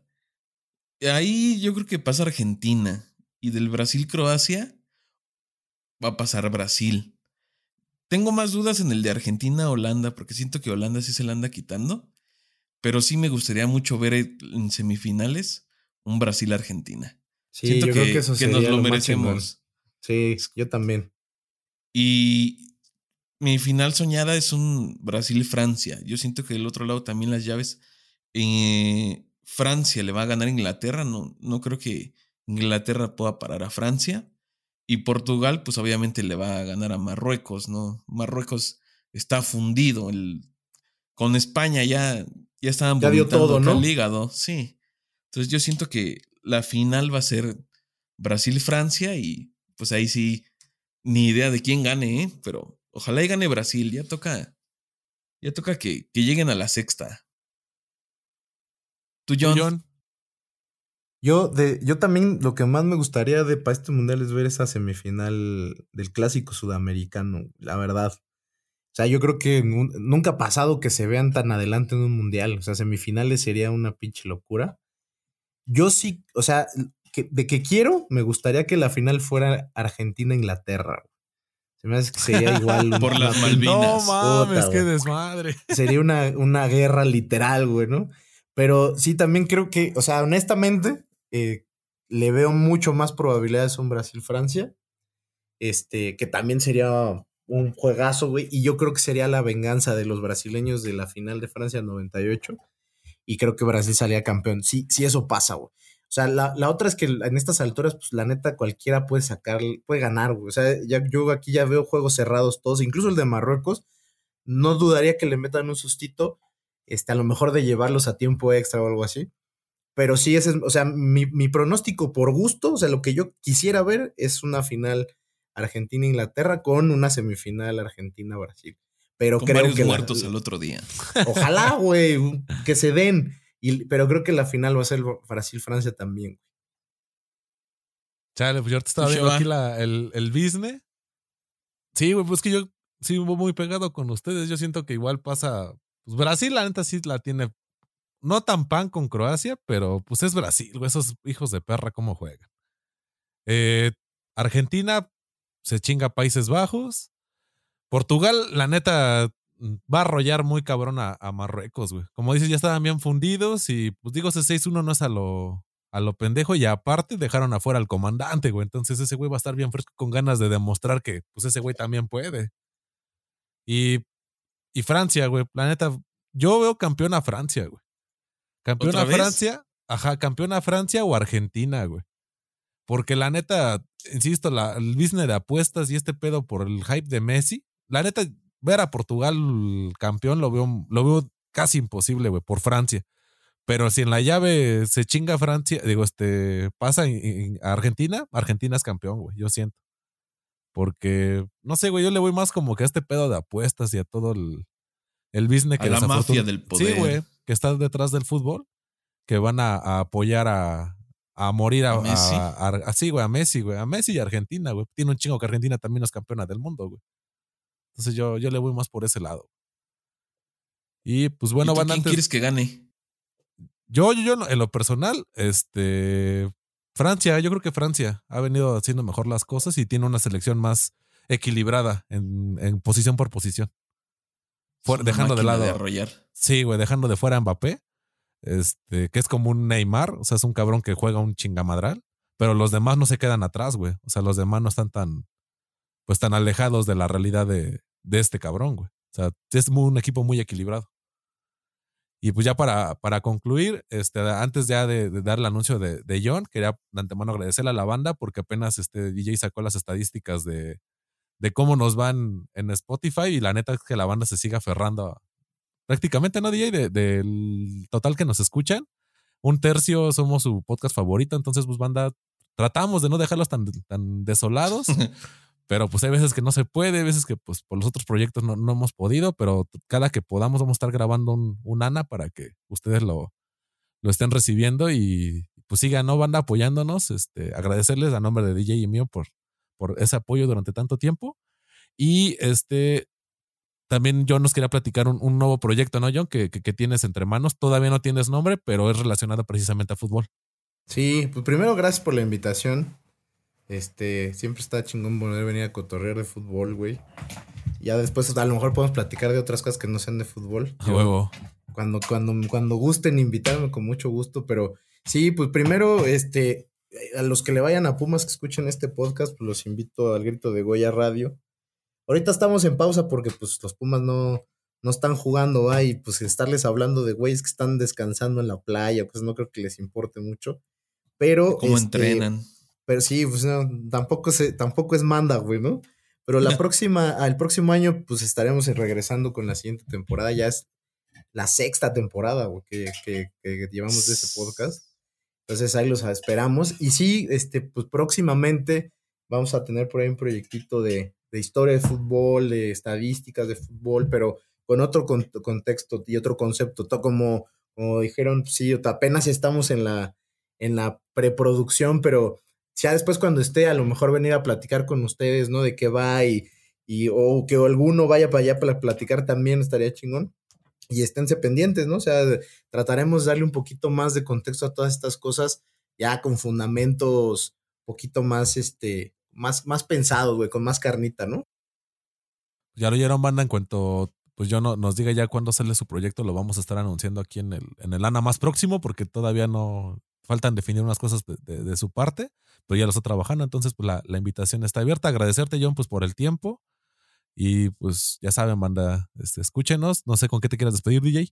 Ahí yo creo que pasa Argentina. Y del Brasil-Croacia va a pasar Brasil. Tengo más dudas en el de Argentina-Holanda, porque siento que Holanda sí se la anda quitando. Pero sí me gustaría mucho ver en semifinales un Brasil-Argentina. Sí, Siento yo creo que eso que nos sería lo lo más chingón. merecemos. Sí, yo también. Y mi final soñada es un Brasil-Francia. Yo siento que del otro lado también las llaves. Francia le va a ganar a Inglaterra. No creo que Inglaterra pueda parar a Francia. Y Portugal, pues obviamente le va a ganar a Marruecos, ¿no? Marruecos está fundido. Con España ya estaban Ya dio vomitando todo, acá el ¿no? hígado, sí. Entonces yo siento que la final va a ser Brasil-Francia y pues ahí sí, ni idea de quién gane, ¿eh? Pero ojalá y gane Brasil. Ya toca que lleguen a la sexta. ¿Tú, Tú, John? John. Yo también lo que más me gustaría para este mundial es ver esa semifinal del clásico sudamericano, la verdad. sea, yo creo que nunca ha pasado que se vean tan adelante en un mundial. O sea, semifinales sería una pinche locura. Yo sí, o sea, de que quiero, me gustaría que la final fuera Argentina-Inglaterra. Se me hace que sería igual Por las pinche Malvinas. No mames, puta, qué güey. desmadre. Sería una guerra literal, güey, ¿no? Pero sí, también creo que, o sea, honestamente, le veo mucho más probabilidades a un Brasil-Francia. Que también sería un juegazo, güey. Y yo creo que sería la venganza de los brasileños de la final de Francia 98. Y creo que Brasil salía campeón. Sí, sí, eso pasa, güey. O sea, la otra es que en estas alturas, pues la neta, cualquiera puede sacar, puede ganar, güey. O sea, yo aquí ya veo juegos cerrados todos, incluso el de Marruecos. No dudaría que le metan un sustito, a lo mejor de llevarlos a tiempo extra o algo así. Pero sí, ese es, o sea, mi pronóstico por gusto, o sea, lo que yo quisiera ver es una final Argentina-Inglaterra con una semifinal Argentina-Brasil. Pero Con creo varios que muertos el otro día. ojalá, güey, que se den. Pero creo que la final va a ser Brasil-Francia también. Chale, pues yo ahorita estaba Pues, viendo aquí Sheva. el business. Sí, güey, pues que yo sí hubo muy pegado con ustedes. Yo siento que igual pasa. Pues Brasil, la neta, sí la tiene. No tan pan con Croacia, pero pues es Brasil, güey. Esos hijos de perra, cómo juegan. Eh, Argentina se chinga Países Bajos. Portugal, la neta, va a arrollar muy cabrón a Marruecos, güey. Como dices, ya estaban bien fundidos y pues digo, ese 6-1 no es a lo pendejo y aparte dejaron afuera al comandante, güey. Entonces ese güey va a estar bien fresco con ganas de demostrar que pues ese güey también puede. Y, y Francia, güey, la neta, yo veo campeón a Francia, güey. Campeón ¿Otra a vez? Francia, ajá, campeón a Francia o Argentina, güey. Porque la neta, insisto, el business de apuestas y este pedo por el hype de Messi, la neta, ver a Portugal campeón lo veo casi imposible, güey, por Francia. Pero si en la llave se chinga Francia, digo, pasa a Argentina, Argentina es campeón, güey, yo siento. Porque, no sé, güey, yo le voy más como que a este pedo de apuestas y a todo el business A que la mafia desafortunadamente, del sí, poder. güey, que está detrás del fútbol, que van a apoyar a morir ¿A Messi? así, güey, a Messi, güey, a Messi y a Argentina, güey. Tiene un chingo que Argentina también es campeona del mundo, güey. Entonces yo le voy más por ese lado. Y pues ¿Y bueno, tú van quién antes. quieres que gane? Yo en lo personal, Francia, yo creo que Francia ha venido haciendo mejor las cosas y tiene una selección más equilibrada en posición por posición. Es una Dejando de máquina de lado, arrollar. sí, güey, dejando de fuera a Mbappé, que es como un Neymar, o sea, es un cabrón que juega un chingamadral, pero los demás no se quedan atrás, güey. O sea, los demás no están pues tan alejados de la realidad de este cabrón, güey. O sea, es un equipo muy equilibrado. Y pues ya para concluir, antes ya de dar el anuncio de John, quería de antemano agradecerle a la banda porque apenas DJ sacó las estadísticas de cómo nos van en Spotify y la neta es que la banda se sigue aferrando prácticamente, ¿no, DJ? Del total que nos escuchan, un tercio somos su podcast favorito, entonces pues banda, tratamos de no dejarlos tan desolados. Pero pues hay veces que no se puede, hay veces que pues por los otros proyectos no hemos podido, pero cada que podamos vamos a estar grabando un ANA para que ustedes lo estén recibiendo y pues sigan, ¿no? Banda apoyándonos, agradecerles a nombre de DJ y mío por ese apoyo durante tanto tiempo. Y también yo nos quería platicar un nuevo proyecto, ¿no, John? Que tienes entre manos. Todavía no tienes nombre, pero es relacionado precisamente a fútbol. Sí, pues primero gracias por la invitación. Siempre está chingón poder venir a cotorrear de fútbol, güey. Ya después a lo mejor podemos platicar de otras cosas que no sean de fútbol. A huevo. Cuando gusten invitarme con mucho gusto, pero sí, pues primero, a los que le vayan a Pumas que escuchen este podcast, pues los invito al Grito de Goya Radio. Ahorita estamos en pausa porque pues los Pumas no están jugando, ¿va? Y pues estarles hablando de güeyes que están descansando en la playa, pues no creo que les importe mucho. Pero, ¿Cómo entrenan? pero sí, pues no, tampoco es manda, güey, ¿no? Pero el próximo año, pues estaremos regresando con la siguiente temporada. Ya es la sexta temporada, güey, que llevamos de ese podcast. Entonces ahí los esperamos. Y sí, pues próximamente vamos a tener por ahí un proyectito de historia de fútbol, de estadísticas de fútbol, pero con otro contexto y otro concepto. Como dijeron, pues sí, apenas estamos en la preproducción, pero ya después cuando esté, a lo mejor venir a platicar con ustedes, ¿no? De qué va y o que alguno vaya para allá para platicar también estaría chingón. Y esténse pendientes, ¿no? O sea, trataremos de darle un poquito más de contexto a todas estas cosas, ya con fundamentos un poquito más, más pensados, güey, con más carnita, ¿no? Ya lo oyeron, banda, en cuanto pues yo no, nos diga ya cuándo sale su proyecto, lo vamos a estar anunciando aquí en el ANA más próximo, porque todavía no faltan definir unas cosas de su parte, pero ya lo está trabajando, entonces pues la invitación está abierta. Agradecerte, John, pues por el tiempo. Y pues ya saben, banda, escúchenos. No sé con qué te quieras despedir, DJ.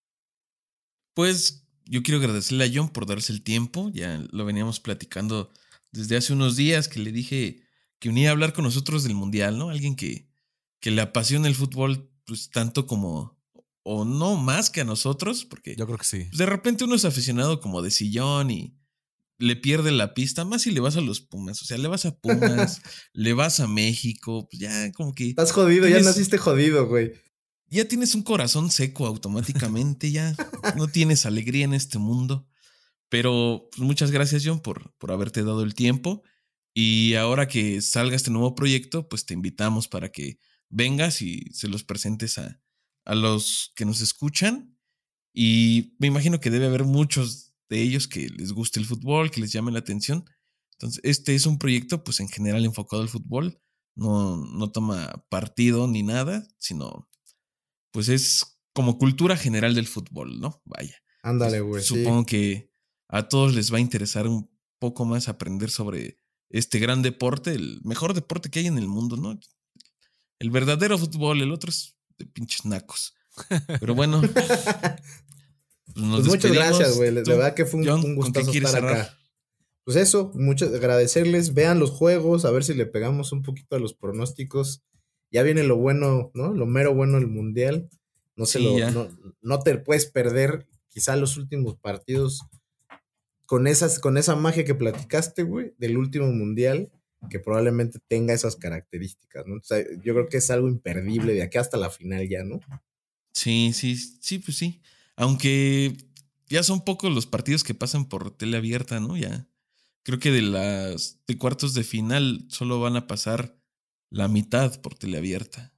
Pues yo quiero agradecerle a John por darse el tiempo. Ya lo veníamos platicando desde hace unos días que le dije que unía a hablar con nosotros del Mundial, ¿no? Alguien que le apasiona el fútbol, pues tanto como, o no más que a nosotros, porque Yo creo que sí. pues, de repente uno es aficionado como de sillón y le pierde la pista, más si le vas a los Pumas, o sea, le vas a Pumas, le vas a México, pues ya como que Estás jodido, ya tienes, naciste jodido, güey. ya tienes un corazón seco automáticamente, ya no tienes alegría en este mundo. Pero pues, muchas gracias, John, por haberte dado el tiempo. Y ahora que salga este nuevo proyecto, pues te invitamos para que vengas y se los presentes a los que nos escuchan. Y me imagino que debe haber muchos de ellos que les guste el fútbol, que les llame la atención. Entonces, este es un proyecto, pues en general enfocado al fútbol. No toma partido ni nada, sino pues es como cultura general del fútbol, ¿no? Vaya. Ándale, Entonces, güey, sí. supongo que a todos les va a interesar un poco más aprender sobre este gran deporte, el mejor deporte que hay en el mundo, ¿no? El verdadero fútbol, el otro es de pinches nacos. Pero bueno, pues nos Pues muchas despedimos. gracias, güey. De Tú, verdad que fue John, un ¿con qué gustazo quieres estar cerrar? acá. Pues eso, muchas agradecerles. Vean los juegos, a ver si le pegamos un poquito a los pronósticos. Ya viene lo bueno, ¿no? Lo mero bueno del mundial. Sí, ya. No te puedes perder quizá los últimos partidos con esa magia que platicaste, güey, del último mundial, que probablemente tenga esas características, ¿no? O sea, yo creo que es algo imperdible de aquí hasta la final ya, ¿no? Sí, pues sí. Aunque ya son pocos los partidos que pasan por tele abierta, ¿no? Ya. Creo que de cuartos de final solo van a pasar la mitad por teleabierta.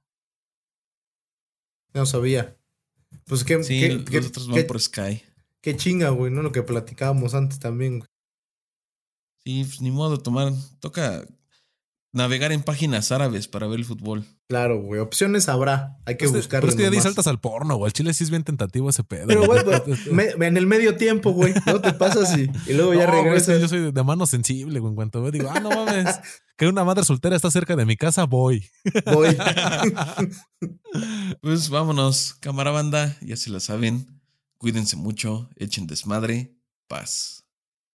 No sabía. Pues Sí, los otros van por Sky. qué chinga, güey, ¿no? Lo que platicábamos antes también, güey. Sí, pues ni modo, toca navegar en páginas árabes para ver el fútbol. Claro, güey. Opciones habrá. Hay que Pero buscarle es que ya di nomás. saltas al porno, güey. El chile sí es bien tentativo ese pedo. Pero, güey, en el medio tiempo, güey, ¿no? Te pasas y luego ya güey, regresas. yo soy de mano sensible, güey. En cuanto veo, digo, no mames, que una madre soltera está cerca de mi casa, voy. Voy. Pues vámonos, cámara banda, ya se la saben. Cuídense mucho, echen desmadre, paz.